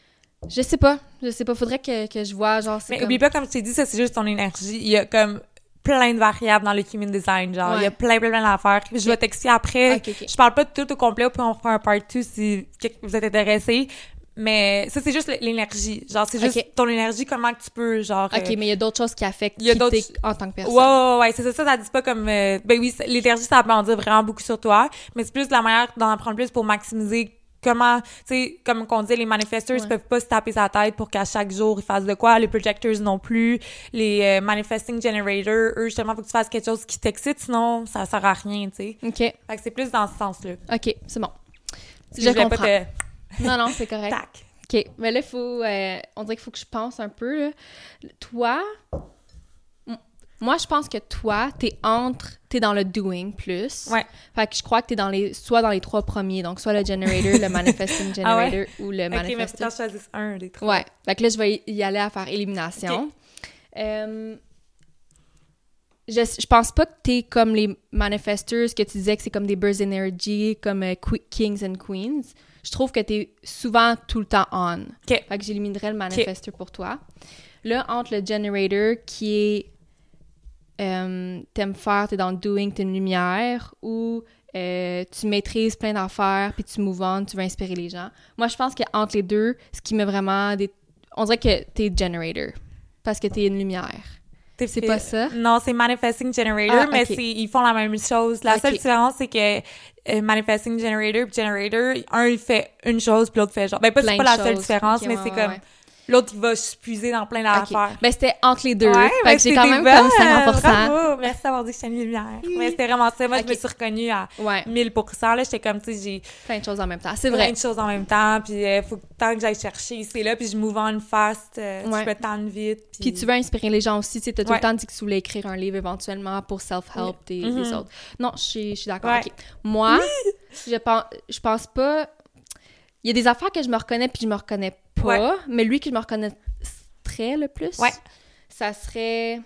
Je sais pas. Je sais pas. Faudrait que, que je vois, genre, c'est Mais comme... oublie pas, comme je t'ai dit, ça, c'est juste ton énergie. Il y a comme plein de variables dans le human design, genre. Il y a Ouais. plein, plein, plein d'affaires. Je vais t'expliquer après. Ok, ok. Je parle pas de tout au complet, puis on fera un part deux si vous êtes intéressés. Mais ça, c'est juste l'énergie. Genre, c'est juste Ok. ton énergie, comment que tu peux, genre... OK, euh, mais il y a d'autres choses qui affectent il y a qui d'autres- t'es en tant que personne. Ouais, ouais, ouais, c'est ça, ça, ça dit pas comme... euh, ben oui, c'est- l'énergie, ça peut en dire vraiment beaucoup sur toi, mais c'est plus la manière d'en apprendre plus pour maximiser comment, tu sais, comme qu'on disait, les manifestors Ouais. peuvent pas se taper sa tête pour qu'à chaque jour, ils fassent de quoi, les projectors non plus, les euh, manifesting generators, eux, justement, faut que tu fasses quelque chose qui t'excite, sinon, ça sert à rien, tu sais. OK, Fait que c'est plus dans ce sens-là. OK, c'est bon. Si Je voulais comprends. Pas te... Non, non, c'est correct. Tac. OK, mais là, il faut... euh, on dirait qu'il faut que je pense un peu, là. Toi... m- Moi, je pense que toi, t'es entre... T'es dans le doing plus. Ouais. Fait que je crois que t'es dans les... Soit dans les trois premiers, donc soit le generator, le manifesting Ah ouais? generator ou le Ok, mais faut manifesting. que je choisisse un des trois. Ouais. Fait que là, je vais y aller à faire élimination. Ok. Euh, je, je pense pas que t'es comme les manifestors, que tu disais que c'est comme des burst energy, comme euh, que- kings and queens. Je trouve que t'es souvent tout le temps on. OK. Fait que j'éliminerais le manifestor pour toi. Là, entre le generator qui est euh, t'aimes faire, t'es dans le doing, t'es une lumière, ou euh, tu maîtrises plein d'affaires, puis tu move on, tu veux inspirer les gens. Moi, je pense qu'entre les deux, ce qui met vraiment des... On dirait que t'es generator, parce que t'es une lumière. T'es c'est fait... pas ça? Non, c'est Manifesting Generator, ah, mais okay. c'est, ils font la même chose. La okay. seule différence, c'est que euh, Manifesting Generator et Generator, un, il fait une chose, puis l'autre fait genre... Ben, pas, c'est pas la seule différence, okay, mais ouais, c'est ouais, comme... Ouais. L'autre, il va se puiser dans plein d'affaires. Okay. Ben, c'était entre les deux. Ouais, fait ben, que j'ai quand même bonne. Comme cinquante pour cent. Bravo! Merci d'avoir dit que j'étais une lumière. Mais c'était vraiment ça. Moi, okay. je me suis reconnue à ouais. mille pour cent. Là, j'étais comme, tu sais, j'ai... Plein de choses en même temps. C'est vrai. Plein de choses en même temps. Puis, il euh, faut tant que j'aille chercher ici là. Puis, je move on fast. Euh, ouais. Je peux tendre vite. Puis... puis, tu veux inspirer les gens aussi. Tu sais, t'as tout ouais. le temps dit que tu voulais écrire un livre éventuellement pour self-help oui. des, mm-hmm. des autres. Non, je suis, je suis d'accord. Ouais. Okay. Moi, je pense, je pense pas... Il y a des affaires que je me reconnais puis je me reconnais pas. Ouais. Mais lui que je me reconnais le plus, ouais. ça serait...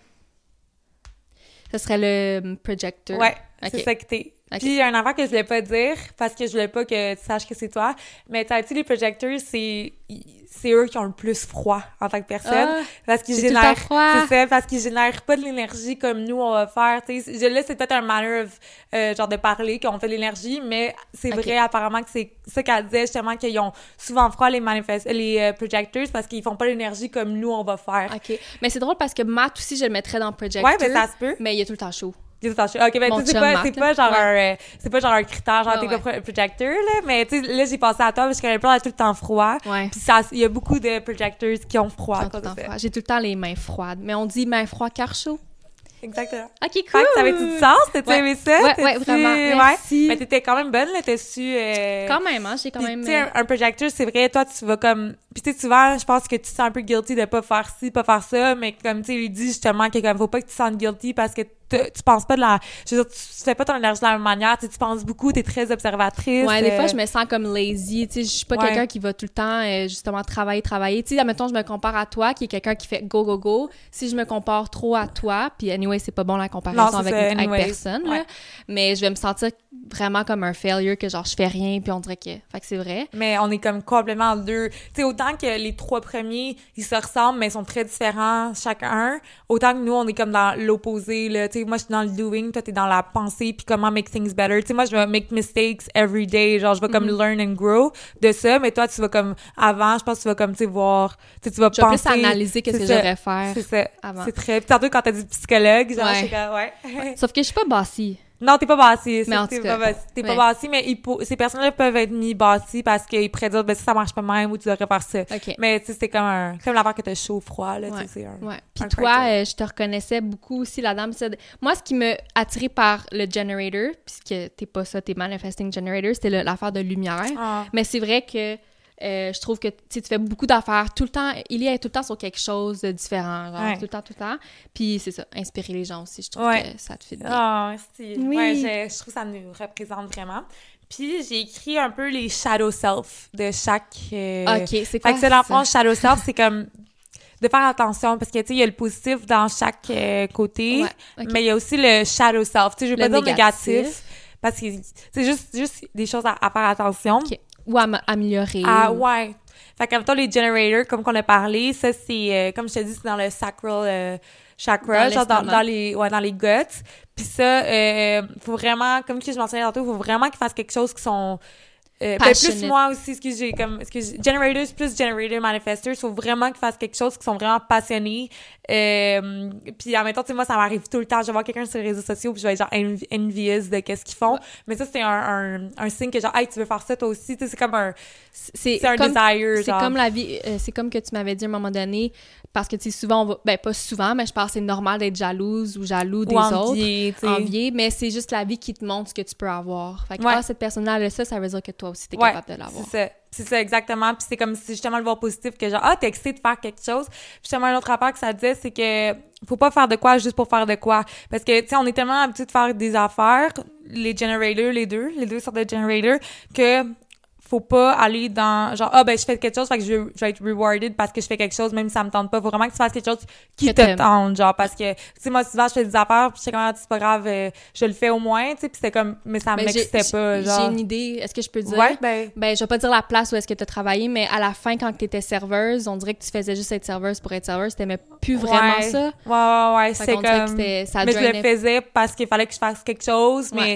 Ça serait le projector. Ouais, okay. c'est ça que t'es. Okay. Puis, il y a une affaire que je voulais pas dire, parce que je voulais pas que tu saches que c'est toi, mais tu sais, les projectors, c'est... c'est eux qui ont le plus froid en tant que personne, ah, parce qu'ils génèrent... C'est ça, parce qu'ils génèrent pas de l'énergie comme nous, on va faire, tu sais. Là, c'est peut-être un manner of, euh, genre de parler, qu'on fait de l'énergie, mais c'est okay. vrai, apparemment, que c'est ça qu'elle disait, justement, qu'ils ont souvent froid, les manifest... les euh, projectors, parce qu'ils font pas l'énergie comme nous, on va faire. OK. Mais c'est drôle, parce que Matt aussi, je le mettrais dans projector. Ouais, mais ça se peut. Mais il est tout le temps chaud. Ok, ben tu sais, c'est pas, c'est pas genre ouais. un, c'est pas genre un critère, genre ouais, t'es ouais. pas projector, là, mais tu sais, là, j'ai pensé à toi parce que j'avais peur d'être tout le temps froid. Ouais. Pis ça, il y a beaucoup de projectors qui ont froid. Qui ont tout le temps froid. J'ai tout le temps les mains froides, mais on dit mains froides car chaud. Exactement. OK, cool! Ça avait du sens? T'as-tu ouais. aimé ça? Ouais, ouais, vraiment. Merci. Ouais. Mais t'étais quand même bonne, là, t'as su... Euh... Quand même, hein, j'ai quand Pis, même... Tu sais, un, un projector, c'est vrai, toi, tu vas comme... Puis tu sais, souvent, je pense que tu te sens un peu guilty de pas faire ci, pas faire ça, mais comme, tu sais, il dit justement que comme, faut pas que tu te sentes guilty parce que tu penses pas de la... Je veux dire, tu fais pas ton énergie de la même manière, tu sais, tu penses beaucoup, t'es très observatrice. Ouais, des euh... fois, je me sens comme lazy, tu sais, je suis pas ouais. quelqu'un qui va tout le temps, euh, justement, travailler, travailler. Tu sais, admettons, je me compare à toi, qui est quelqu'un qui fait go, go, go. Si je me compare trop à toi, puis anyway, c'est pas bon la comparaison non, avec, ça, avec personne, ouais. là, mais je vais me sentir vraiment comme un failure, que genre, je fais rien, puis on dirait que... Fait que c'est vrai. Mais on est comme complètement deux. Tu sais, autant que les trois premiers, ils se ressemblent, mais ils sont très différents chacun, autant que nous, on est comme dans l'opposé, là, tu sais, moi, je suis dans le doing, toi, t'es dans la pensée, puis comment make things better. Tu sais, moi, je vais make mistakes every day, genre, je vais comme mm-hmm. learn and grow de ça, mais toi, tu vas comme, avant, je pense que tu vas comme, tu sais, voir, tu sais, tu vas je penser... Je vais plus analyser qu'est-ce que ça, j'aurais faire c'est ça, avant. C'est très... Puis tantôt, quand t'as dit psychologue, genre, ouais. je comme, ouais. Sauf que je suis pas bossy. Non, t'es pas bassy. Mais en t'es tout cas, pas, t'es pas bassy, mais il pour, ces personnes-là peuvent être mis bassy parce qu'ils pourraient dire, ben, si ça marche pas même ou tu devrais faire ça. Okay. Mais, tu sais, c'est comme un, comme l'affaire que t'as chaud, froid, là, ouais. tu sais, c'est un. Ouais. Puis toi, euh, je te reconnaissais beaucoup aussi là-dedans. Moi, ce qui m'a attiré par le generator, puisque t'es pas ça, t'es manifesting generator, c'était le, l'affaire de lumière. Ah. Mais c'est vrai que, Euh, je trouve que tu fais beaucoup d'affaires tout le temps. Il est tout le temps sur quelque chose de différent, genre ouais. tout le temps, tout le temps. Puis c'est ça, inspirer les gens aussi, je trouve ouais. que ça te fait bien. Ah, oh, merci. Oui. Ouais, je, je trouve que ça nous représente vraiment. Puis j'ai écrit un peu les shadow self de chaque... Euh... OK, c'est quoi fait que c'est, dans le fond, shadow self, c'est comme... de faire attention, parce que, tu sais, il y a le positif dans chaque euh, côté, ouais, okay. mais il y a aussi le shadow self. Tu sais, je veux le pas dire négatif, négatif parce que c'est juste, juste des choses à, à faire attention. OK. Ou à m- améliorer. Ah, ouais. Fait que, comme toi, les generators, comme qu'on a parlé, ça, c'est, euh, comme je te dis, c'est dans le sacral euh, chakra, dans genre dans, dans les, ouais, dans les guts. Puis ça, euh, faut vraiment, comme que je mentionnais tantôt, faut vraiment qu'ils fassent quelque chose qui sont, Euh, ben plus moi aussi, ce que j'ai comme, ce que j'ai, generators plus generator manifestors, faut vraiment qu'ils fassent quelque chose qui sont vraiment passionnés. Euh, puis en même temps, tu sais, moi, ça m'arrive tout le temps. Je vais voir quelqu'un sur les réseaux sociaux puis je vais être genre env- envious de qu'est-ce qu'ils font. Ouais. Mais ça, c'est un, un, un signe que genre, hey, tu veux faire ça toi aussi. Tu sais, c'est comme un, c'est, c'est un comme, desire, c'est genre. comme la vie, euh, c'est comme que tu m'avais dit à un moment donné, parce que, tu sais, souvent, on va, ben, pas souvent, mais je pense que c'est normal d'être jalouse ou jaloux des ou envier, autres. Envier, mais c'est juste la vie qui te montre ce que tu peux avoir. Fait que, ouais. ah, cette personne-là, elle a ça, ça veut dire que toi aussi, t'es ouais, capable de l'avoir. C'est ça. C'est ça, exactement. Puis c'est comme si justement le voir positif que genre, ah, t'es excité de faire quelque chose. Puis justement, un autre rapport que ça disait, c'est que faut pas faire de quoi juste pour faire de quoi. Parce que, tu sais, on est tellement habitué de faire des affaires, les generators, les deux, les deux sortes de generators, que faut pas aller dans genre ah ben je fais quelque chose fait que je, je vais être rewarded parce que je fais quelque chose même si ça me tente pas, faut vraiment que tu fasses quelque chose qui que te t'aimes. Tente, genre parce que tu sais moi souvent je fais des affaires puis je sais comment c'est pas grave euh, je le fais au moins, tu sais, puis c'était comme mais ça ben, m'excitait pas genre. J'ai une idée, est-ce que je peux dire? Ouais, ben ben je vais pas dire la place où est-ce que tu as travaillé, mais à la fin quand tu étais serveuse, on dirait que tu faisais juste être serveuse pour être serveuse, t'aimais plus vraiment ouais. ça. Ouais ouais ouais, c'est comme ça mais je le faisais parce qu'il fallait que je fasse quelque chose, ouais. mais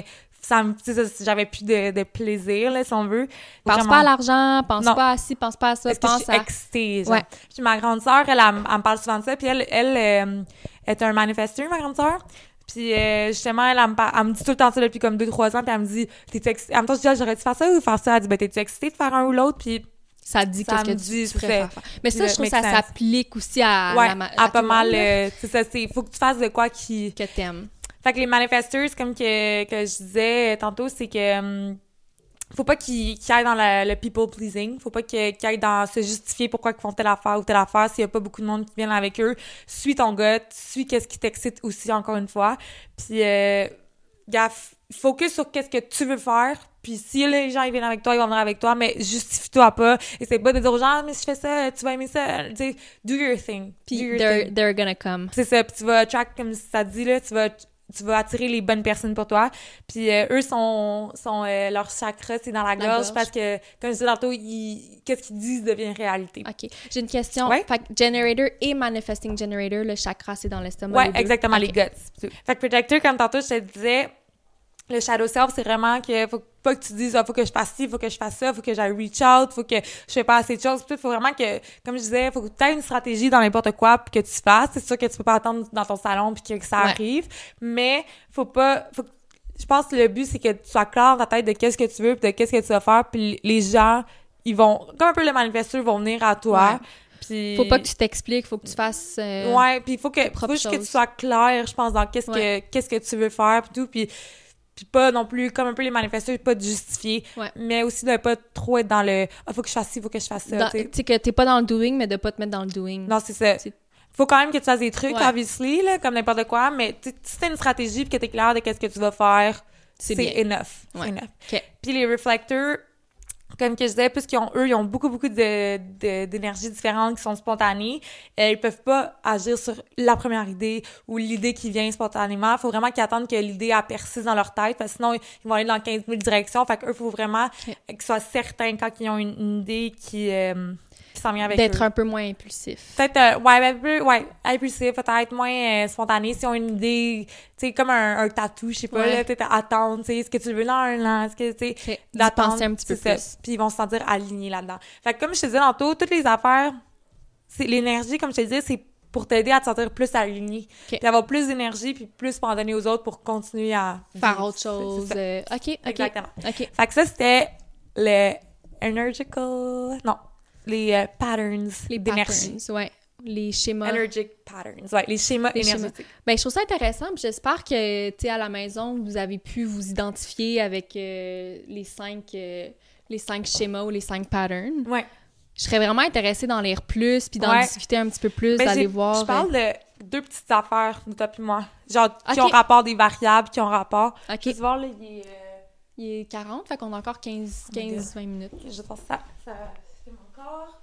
ça me, tu sais, j'avais plus de, de plaisir, là, si on veut. Pense Vraiment... pas à l'argent, pense non. pas à ci, pense pas à ça, Est-ce pense que je suis à... excitée, genre. Ouais. Puis ma grande sœur, elle, elle, elle me parle souvent de ça, puis elle, elle euh, est un manifesteur, ma grande sœur. Puis euh, justement, elle, elle, me par... elle me dit tout le temps ça depuis comme deux trois ans, puis elle me dit, t'es-tu excitée? En même temps, je dis, ah, j'aurais dû faire ça ou faire ça? Elle dit, ben, t'es-tu excitée de faire un ou l'autre? Puis ça dit ça qu'est-ce que dit, tu, tu préfères faire. Mais ça, le, je trouve que ça sense. s'applique aussi à... Ouais, la ma... à, à pas mal, euh, c'est ça, c'est, faut que tu fasses de quoi qui... Que t'aimes. Fait que les manifesteurs, comme que, que je disais tantôt, c'est que... Hum, faut pas qu'ils, qu'ils aillent dans la, le people pleasing, faut pas qu'ils, qu'ils aillent dans se justifier pourquoi ils font telle affaire ou telle affaire s'il y a pas beaucoup de monde qui vient avec eux. Suis ton gut, suis qu'est-ce qui t'excite aussi, encore une fois. Puis, euh, gaffe, focus sur qu'est-ce que tu veux faire. Puis si les gens ils viennent avec toi, ils vont venir avec toi, mais justifie-toi pas. Essaye pas de dire aux gens, mais si je fais ça, tu vas aimer ça. Tu sais, do your thing. Puis do your they're, thing. they're gonna come. C'est ça. Puis tu vas attract, comme ça dit, là, tu vas... tu vas attirer les bonnes personnes pour toi. Puis euh, eux, sont, sont, euh, leur chakra, c'est dans la gorge, la gorge parce que, comme je disais tantôt, ils, qu'est-ce qu'ils disent devient réalité. OK. J'ai une question. Ouais? Fait que generator et manifesting generator, le chakra, c'est dans l'estomac. Ouais, les deux. exactement, okay. les guts. Fait que projector, comme tantôt, je te disais, le shadow self, c'est vraiment que faut pas que tu dises, ah, faut que je fasse ci, faut que je fasse ça, faut que j'aille reach out, faut que je fais pas assez de choses. Puis, faut vraiment que, comme je disais, faut que tu aies une stratégie dans n'importe quoi puis que tu fasses. C'est sûr que tu peux pas attendre dans ton salon puis que ça ouais. arrive. Mais, faut pas, faut, je pense que le but, c'est que tu sois clair dans ta tête de qu'est-ce que tu veux puis de qu'est-ce que tu vas faire. Puis les gens, ils vont, comme un peu les manifesteurs, vont venir à toi. Ouais. Puis... Faut pas que tu t'expliques, faut que tu fasses euh, ouais, puis il faut que, faut juste que tu sois clair, je pense, dans qu'est-ce ouais. que, qu'est-ce que tu veux faire puis tout. Puis Puis pas non plus, comme un peu les manifesteurs, pas de justifier, ouais. mais aussi de pas trop être dans le « Ah, faut que je fasse ci, faut que je fasse ça », tu sais. Que t'es pas dans le doing, mais de pas te mettre dans le doing. Non, c'est ça. C'est... Faut quand même que tu fasses des trucs, ouais. obviously, là, comme n'importe quoi, mais si t'as une stratégie pis que t'es clair de qu'est-ce que tu vas faire, c'est, c'est enough. Ouais. C'est enough. Okay. Puis les reflecteurs, comme que je disais, puisqu'ils ont, eux, ils ont beaucoup, beaucoup de, de, d'énergie différentes qui sont spontanées, euh, ils peuvent pas agir sur la première idée ou l'idée qui vient spontanément. Faut vraiment qu'ils attendent que l'idée a persiste dans leur tête, parce que sinon, ils vont aller dans quinze mille directions. Fait qu'eux, faut vraiment okay. qu'ils soient certains quand ils ont une, une idée qui... Euh, qui s'en vient avec d'être eux. Un peu moins impulsif. Peut-être, euh, ouais, un peu, ouais, impulsif, peut-être moins euh, spontané. Si on a une idée, tu sais, comme un, un tatou, je sais pas, ouais. là, peut-être attendre, tu sais, est-ce que tu le veux dans un an, est-ce que, tu sais, okay. d'attendre, penser un petit peu c'est plus. Ça. Puis ils vont se sentir alignés là-dedans. Fait que comme je te disais tantôt, toutes les affaires, c'est l'énergie, comme je te disais, c'est pour t'aider à te sentir plus aligné. Okay. Puis avoir plus d'énergie, puis plus pardonner aux autres pour continuer à... faire vivre. autre chose. Euh, OK, OK. Exactement. OK. Fait que ça, c'était le energical... Non. Les euh, patterns les d'énergie. Patterns, ouais. Les schémas. Energetic patterns. Ouais, les schémas les énergétiques. Schémas. Ben, je trouve ça intéressant. Puis j'espère que, tu sais, à la maison, vous avez pu vous identifier avec euh, les cinq euh, les cinq schémas ou les cinq patterns. Ouais. Je serais vraiment intéressée d'en lire plus, puis d'en ouais. discuter un petit peu plus, ben, d'aller j'ai, voir. Je parle euh... de deux petites affaires, de toi et moi. Genre, okay. qui ont rapport des variables, qui ont rapport. OK. Tu vois, là, il est... Euh... Il est quarante, fait qu'on a encore quinze à vingt minutes. Je pense que ça, ça filme encore.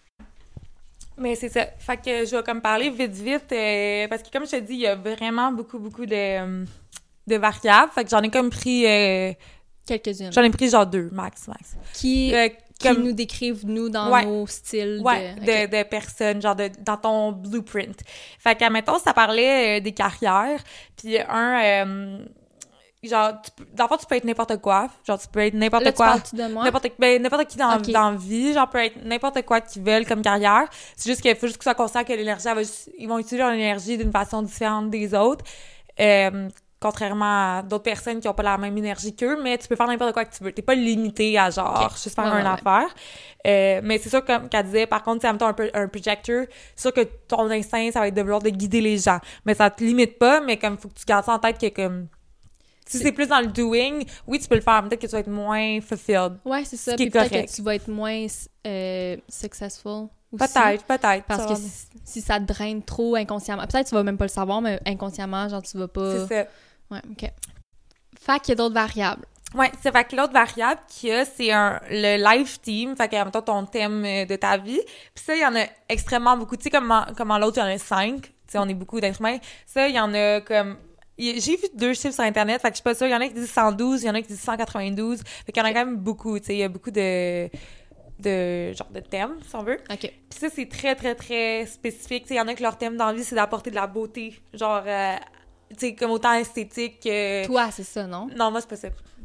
Mais c'est ça. Fait que je vais comme parler vite, vite, euh, parce que comme je te dis, il y a vraiment beaucoup, beaucoup de, de variables. Fait que j'en ai comme pris... Euh, quelques-unes. J'en ai pris genre deux, max, max. Qui, euh, comme, qui nous décrivent, nous, dans ouais, nos styles ouais, de... Okay. de, de personnes, genre de, dans ton blueprint. Fait que, admettons, ça parlait euh, des carrières, puis un... Euh, genre, tu peux, dans le fond, tu peux être n'importe quoi. Genre, tu peux être n'importe Là, quoi. Tu de moi? N'importe, ben, n'importe qui dans, okay. dans la vie. Genre, peut être n'importe quoi qu'ils veulent comme carrière. C'est juste qu'il faut juste que tu sois conscient que l'énergie, elle va juste, ils vont utiliser leur énergie d'une façon différente des autres. Euh, contrairement à d'autres personnes qui ont pas la même énergie qu'eux, mais tu peux faire n'importe quoi que tu veux. T'es pas limité à genre, okay. juste faire ouais, une ouais. affaire. Euh, mais c'est sûr, comme qu'elle disait, par contre, tu sais, en même temps, un, un projecteur, c'est sûr que ton instinct, ça va être de vouloir de guider les gens. Mais ça te limite pas, mais comme, faut que tu gardes ça en tête que comme, si c'est plus dans le doing, oui, tu peux le faire. Peut-être que tu vas être moins fulfilled. Ouais, c'est ça. Puis peut-être correct. que tu vas être moins euh, successful aussi. Peut-être, peut-être. Parce que si, si ça te draine trop inconsciemment, peut-être que tu vas même pas le savoir, mais inconsciemment, genre, tu vas pas... C'est ça. Ouais, OK. Fait qu'il y a d'autres variables. Ouais, c'est fait que l'autre variable qu'il y a, c'est un, le life team. Fait que, en même temps, ton thème de ta vie. Puis ça, il y en a extrêmement beaucoup. Tu sais, comme, comme en l'autre, il y en a cinq. Tu sais, on est beaucoup d'êtres humains. Ça, il y en a comme... J'ai vu deux chiffres sur Internet, fait que je suis pas sûre. Il y en a qui disent cent douze, il y en a qui disent cent quatre-vingt-douze. Fait qu'il y en a quand même beaucoup, tu sais. Il y a beaucoup de, de, genre, de thèmes, si on veut. OK. Puis ça, c'est très, très, très spécifique. Tu sais, il y en a que leur thème dans la vie, c'est d'apporter de la beauté. Genre, euh, tu sais, comme autant esthétique que... Toi, c'est ça, non? Non, moi, c'est pas ça.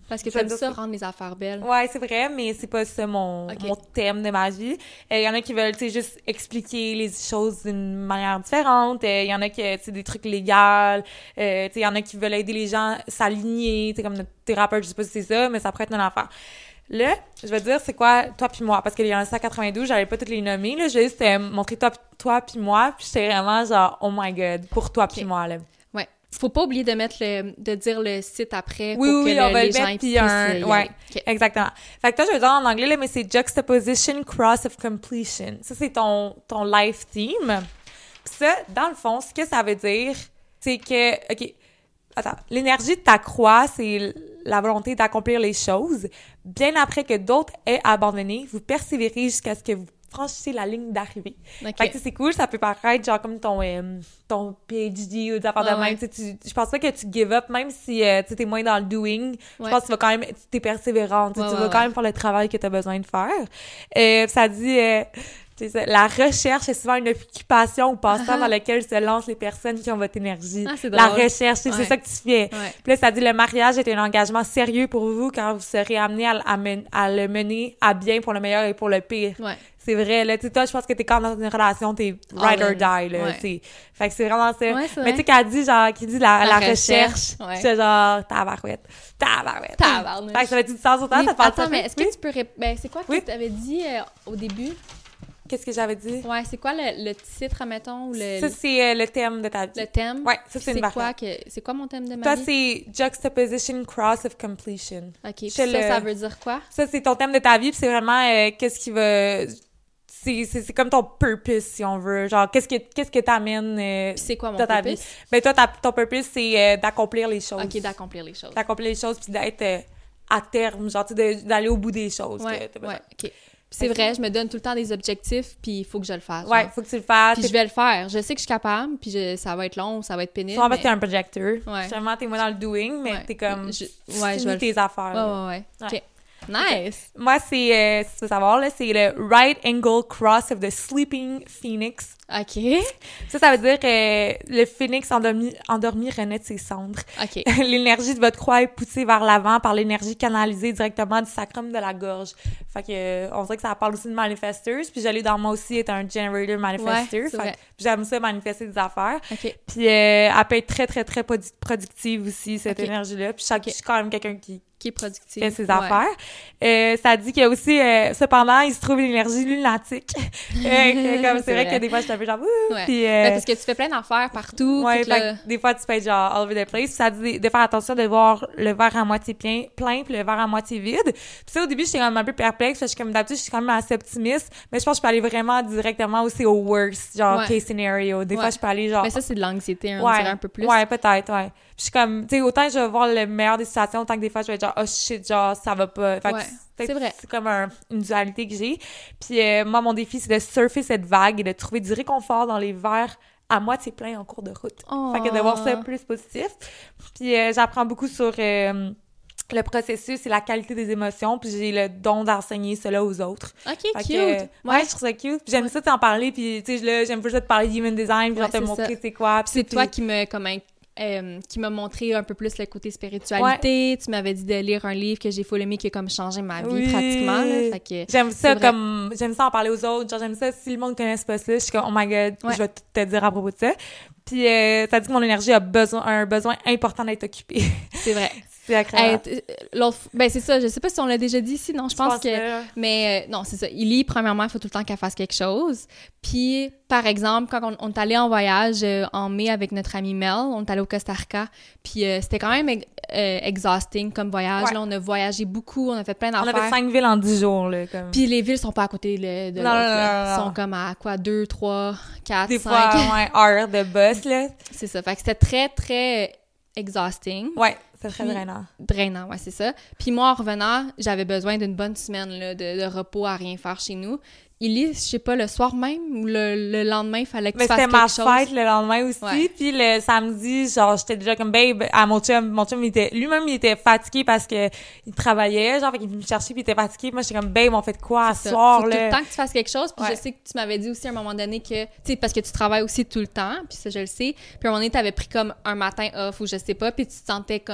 Parce que t'aimes ça, rendre les affaires belles. Ouais, c'est vrai, mais c'est pas ça mon, okay. mon thème de ma vie. Il euh, y en a qui veulent, tu sais, juste expliquer les choses d'une manière différente. Il euh, y en a qui, tu sais, des trucs légaux. Euh, tu sais, il y en a qui veulent aider les gens à s'aligner. Tu sais, comme notre thérapeute, je sais pas si c'est ça, mais ça pourrait être une affaire. Là, je vais te dire c'est quoi toi puis moi, parce qu'il y en a cent quatre-vingt-douze, j'allais pas toutes les nommer, là, je vais juste euh, montrer toi, toi puis moi, puis j'étais vraiment genre, oh my god, pour toi okay. puis moi, là. Ouais. Faut pas oublier de mettre le, de dire le site après oui, pour oui, que on le, va les le gens mettre, puissent puis un... y Ouais, okay. exactement. Fait que toi, je vais dire en anglais, là, mais c'est Juxtaposition Cross of Completion. Ça, c'est ton, ton life theme. Puis ça, dans le fond, ce que ça veut dire, c'est que, OK, attends, l'énergie de ta croix, c'est la volonté d'accomplir les choses. Bien après que d'autres aient abandonné, vous persévérez jusqu'à ce que vous franchissez la ligne d'arrivée. Okay. Fait que c'est cool, ça peut paraître genre comme ton, euh, ton P H D ou des affaires ah, de même. Ouais. Tu, je pense pas que tu give up, même si euh, tu es moins dans le doing. Ouais. Je pense que tu vas quand même, tu es persévérante. Ouais, tu vas ouais, quand ouais. même faire le travail que tu as besoin de faire. Euh, ça dit... Euh, C'est ça. La recherche est souvent une occupation ou passe-temps uh-huh. dans laquelle se lancent les personnes qui ont votre énergie. Ah, c'est la recherche, c'est, ouais. c'est ça que tu fais. Ouais. Puis là, ça dit le mariage est un engagement sérieux pour vous quand vous serez amené à, à, men- à le mener à bien pour le meilleur et pour le pire. Ouais. C'est vrai, là, tu sais, toi, je pense que t'es quand dans une relation, t'es ride or die, là, ouais. t'sais. Fait que c'est vraiment ça. Ouais, mais tu sais, qu'elle dit, genre, qui dit la, la, la recherche, recherche ouais. c'est genre, tabarouette, tabarouette. Tabarouette. Fait que ça fait du sens autant, oui, ça parle attends, ça mais est-ce que oui? tu peux... Ré... Ben, c'est quoi que oui? tu avais dit euh, au début? Qu'est-ce que j'avais dit? Ouais, c'est quoi le, le titre, admettons? Ou le, ça, c'est euh, le thème de ta vie. Le thème? Ouais, ça, c'est, c'est une quoi que C'est quoi mon thème de ma Toi, vie? Toi, c'est Juxtaposition Cross of Completion. OK, puis ça, le... ça veut dire quoi? Ça, c'est ton thème de ta vie, puis c'est vraiment euh, qu'est-ce qui va... C'est, c'est, c'est comme ton purpose, si on veut. Genre, qu'est-ce que, qu'est-ce que t'amènes euh, c'est quoi mon dans ta purpose? vie? Ben, toi, ta, ton purpose, c'est euh, d'accomplir les choses. OK, d'accomplir les choses. D'accomplir les choses, puis d'être euh, à terme, genre, tu sais, d'aller au bout des choses. Ouais, que ouais, OK. C'est vrai, je me donne tout le temps des objectifs, puis il faut que je le fasse. Ouais, il faut que tu le fasses. Puis je vais le faire. Je sais que je suis capable, puis je, ça va être long, ça va être pénible. Souvent, mais... parce que t'es un projecteur. Ouais. Justement, t'es moins dans le doing, mais ouais. t'es comme... Je... Tu ouais, finis je vais tes le... affaires. Ouais, ouais, ouais. OK. Nice! Moi, c'est, euh, si tu veux savoir, là, c'est le Right Angle Cross of the Sleeping Phoenix. OK. Ça, ça veut dire euh, le phénix endormi, endormi renaît de ses cendres. OK. L'énergie de votre croix est poussée vers l'avant par l'énergie canalisée directement du sacrum de la gorge. Fait que, euh, on dirait que ça parle aussi de manifesteurs. Puis j'allais dans moi aussi être un generator manifesteur. Ouais, fait que j'aime ça, manifester des affaires. OK. Puis euh, elle peut être très, très, très produ- productive aussi, cette okay. énergie-là. Puis chaque, okay. je suis quand même quelqu'un qui... qui est productif. fait ses ouais. affaires. Euh, ça dit qu'il y a aussi, euh, cependant, il se trouve une énergie lunatique. euh, que, comme c'est, c'est vrai, vrai que des fois, je suis un peu genre, ouh! Ouais. Puis, euh, ben, parce que tu fais plein d'affaires partout. Ouais, fait là... des fois, tu peux être genre all over the place. Puis ça dit de faire attention de voir le verre à moitié plein, plein puis le verre à moitié vide. Puis ça, au début, j'étais comme un peu perplexe. Parce que comme d'habitude, je suis quand même assez optimiste. Mais je pense que je peux aller vraiment directement aussi au worst, genre ouais. case scenario. Des ouais. fois, je peux aller genre... Mais ça, c'est de l'anxiété, on ouais. dirait un peu plus. Ouais, peut-être, ouais. Puis je suis comme, tu sais, autant je vais voir le meilleur des situations, autant que des fois, je vais être genre, oh shit, genre, ça va pas. Fait ouais, que c'est vrai. C'est comme un, une dualité que j'ai. Puis euh, moi, mon défi, c'est de surfer cette vague et de trouver du réconfort dans les verres à moitié pleins en cours de route. Oh. Fait que de voir ça plus positif. Puis euh, j'apprends beaucoup sur euh, le processus et la qualité des émotions. Puis j'ai le don d'enseigner cela aux autres. OK, fait cute! Que, euh, ouais. ouais, je trouve ça cute. Puis j'aime ouais. ça t'en parler. Puis tu sais, là, j'aime plus ça te parler de human design. Puis ouais, genre te montrer ça. C'est quoi. Puis c'est puis, toi qui me... comme un... Euh, qui m'a montré un peu plus le côté spiritualité. Ouais. Tu m'avais dit de lire un livre que j'ai full aimé qui a comme changé ma vie oui. pratiquement. Là. Fait que j'aime ça comme... J'aime ça en parler aux autres. Genre, j'aime ça. Si le monde ne connaisse pas ça, je suis comme, oh my God, ouais. je vais tout te dire à propos de ça. Puis, euh, ça dit que mon énergie a besoin, un besoin important d'être occupée. C'est vrai. C'est agréable. Hey, l'autre, ben c'est ça, je sais pas si on l'a déjà dit ici, non, je, je pense, pense que... que... Mais euh, non, c'est ça. Illy, premièrement, il faut tout le temps qu'elle fasse quelque chose. Puis, par exemple, quand on, on est allé en voyage euh, en mai avec notre amie Mel, on est allé au Costa Rica, puis euh, c'était quand même euh, exhausting comme voyage. Ouais. Là, on a voyagé beaucoup, on a fait plein d'affaires. On a fait cinq villes en dix jours. Là, comme... Puis les villes sont pas à côté de, de non, l'autre. Non, non, Ils sont comme à quoi, deux, trois, quatre, Des cinq. Des fois, ouais, heures de bus, là. C'est ça. Fait que c'était très, très exhausting. Ouais. C'est très drainant. Drainant, ouais, c'est ça. Puis moi, en revenant, j'avais besoin d'une bonne semaine là, de, de repos à rien faire chez nous. Illy, je sais pas, le soir même ou le, le lendemain, il fallait que mais tu fasses quelque chose. Mais c'était ma fête le lendemain aussi. Ouais. Puis le samedi, genre, j'étais déjà comme, babe, à mon chum. Mon chum, il était, lui-même, il était fatigué parce que il travaillait, genre, fait qu'il venait me chercher puis il était fatigué. Moi, j'étais comme, babe, on fait de quoi à ce soir, faut là? tout le temps que tu fasses quelque chose. Puis ouais. je sais que tu m'avais dit aussi à un moment donné que, tu sais, parce que tu travailles aussi tout le temps, puis ça, je le sais. Puis à un moment donné, t'avais pris comme un matin off ou je sais pas, puis tu te sentais comme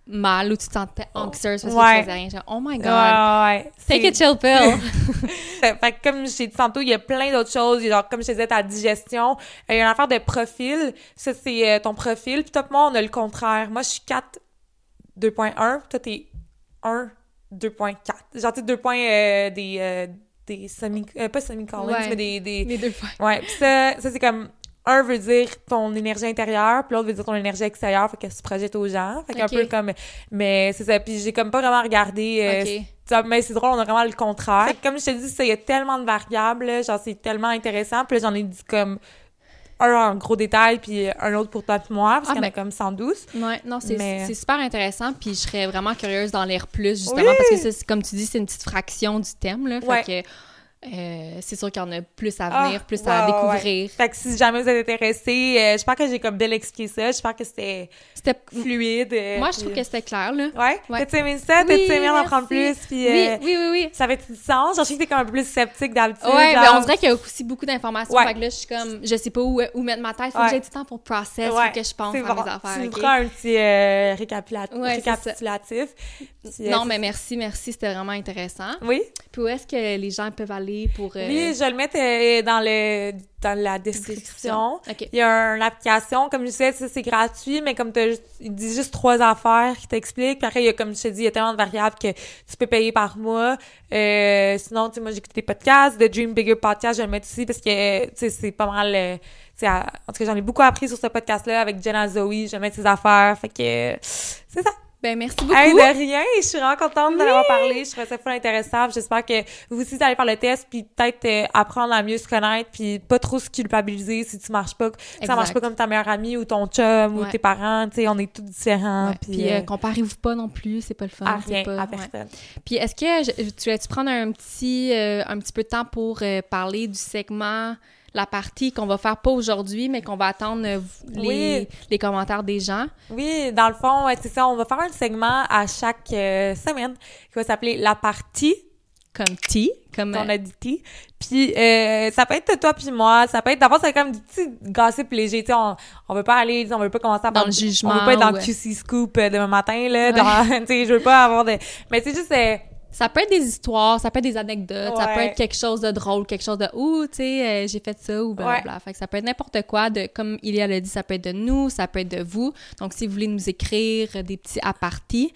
mal ou tu te sentais anxieuse parce ouais. que tu faisais rien. Genre, oh my God, ouais, ouais. take a chill pill. Fait que comme je t'ai dit tantôt, il y a plein d'autres choses. Genre, comme je te disais, ta digestion. Il y a une affaire de profil. Ça, c'est euh, ton profil. Puis toi, moi, on a le contraire. Moi, je suis quatre, deux point un. Toi, t'es un, deux point quatre. Genre, tu sais, deux points euh, des... Euh, des semi... Euh, pas semi-colons, ouais. mais des... des... Les deux points. Ouais. Puis ça, ça c'est comme... Un veut dire ton énergie intérieure, puis l'autre veut dire ton énergie extérieure, fait que tu projettes aux gens. Fait qu'un okay. peu comme... Mais c'est ça. Puis j'ai comme pas vraiment regardé... Euh, okay. ça, mais c'est drôle, on a vraiment le contraire. Fait que comme je te dis, il y a tellement de variables, là, genre c'est tellement intéressant. Puis là, j'en ai dit comme un en gros détail, puis un autre pour toi et moi, parce ah, qu'il y en a comme cent douze. Ouais, non, c'est, mais... c'est super intéressant, puis je serais vraiment curieuse d'en lire plus, justement, oui! parce que ça, comme tu dis, c'est une petite fraction du thème, là. Fait ouais. que... Euh, c'est sûr qu'il y en a plus à venir, ah, plus wow, à découvrir. Ouais. Fait que si jamais vous êtes intéressés, euh, j'espère que j'ai comme bien expliqué ça. J'espère que c'était, c'était fluide. Euh, Moi, puis... je trouve que c'était clair, là. Ouais? ouais. T'as-tu aimé ça? Oui, T'as-tu aimé en apprendre plus? Puis, oui, euh, oui, oui, oui. Ça avait du sens? Genre, je sais que t'es comme un peu plus sceptique d'habitude. Ouais, genre... mais on dirait qu'il y a aussi beaucoup d'informations. Ouais. Fait que là, je suis comme, je sais pas où, où mettre ma tête. Faut ouais. que j'ai du temps pour process, ouais. faut que je pense c'est à bon. mes affaires. Tu me okay? feras un petit euh, récapitula... ouais, récapitulatif. Puis, non, mais merci, merci. C'était vraiment intéressant. Oui. Puis où est-ce que les gens peuvent aller pour... Euh... Oui, je vais le mettre euh, dans le dans la description. Okay. Il y a une application, comme je disais, c'est gratuit, mais comme t'as, il dit juste trois affaires qui t'expliquent. Puis après, il y a, comme je te dis, il y a tellement de variables que tu peux payer par mois. Euh, sinon, tu sais, moi, j'écoute des podcasts. The Dream Bigger Podcast, je vais le mettre ici parce que, tu sais, c'est pas mal... Euh, t'sais, en tout cas, j'en ai beaucoup appris sur ce podcast-là avec Jenna Zoe. Je vais mettre ses affaires. Fait que, c'est ça. Ben, merci beaucoup. Hey, de rien. Je suis vraiment contente oui. d'en avoir parlé. Je trouvais ça full intéressant. J'espère que vous aussi, vous allez faire le test puis peut-être euh, apprendre à mieux se connaître puis pas trop se culpabiliser si tu marches pas. Si ça marche pas comme ta meilleure amie ou ton chum ouais. ou tes parents. Tu sais, on est tous différents. Ouais. Puis, puis euh, euh, comparez-vous pas non plus. C'est pas le fun. À rien, pas, à personne. Ouais. Puis est-ce que je, tu vas-tu prendre un petit, euh, un petit peu de temps pour euh, parler du segment... la partie qu'on va faire pas aujourd'hui, mais qu'on va attendre euh, les, oui. les commentaires des gens. Oui, dans le fond, c'est ça, on va faire un segment à chaque euh, semaine qui va s'appeler La Partie. Comme T, comme... On a dit T. Puis euh, ça peut être toi puis moi, ça peut être... D'abord, c'est comme du petit gossip léger, tu sais, on, on veut pas aller, on veut pas commencer à... Dans le jugement. On veut pas être dans ouais. Q C Scoop euh, demain matin, là, ouais. tu sais, je veux pas avoir de... Mais c'est juste... Euh, ça peut être des histoires, ça peut être des anecdotes, ouais. ça peut être quelque chose de drôle, quelque chose de « Ouh, tu sais, euh, j'ai fait ça » ou blablabla. Ouais. Fait que ça peut être n'importe quoi. De, comme Ilia l'a dit, ça peut être de nous, ça peut être de vous. Donc, si vous voulez nous écrire des petits apartés,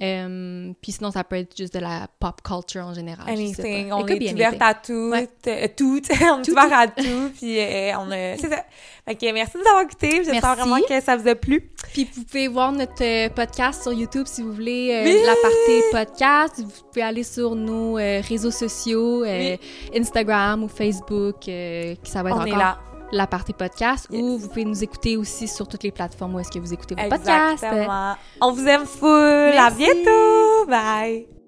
euh, puis sinon, ça peut être juste de la pop culture en général. Anything. On est ouverte à tout. Ouais. Euh, tout. on est ouvert à tout. Puis euh, on a... C'est ça. Fait que merci de nous avoir écoutés. J'espère vraiment que ça vous a plu. Puis vous pouvez voir notre euh, podcast sur YouTube si vous voulez. Euh, oui! L'Aparté podcast. Vous pouvez aller sur nos euh, réseaux sociaux, euh, oui. Instagram ou Facebook, euh, qui ça va être on encore est là. L'Aparté podcast. Yes. Ou vous pouvez nous écouter aussi sur toutes les plateformes où est-ce que vous écoutez vos podcasts. Exactement. On vous aime full. Merci. À bientôt. Bye.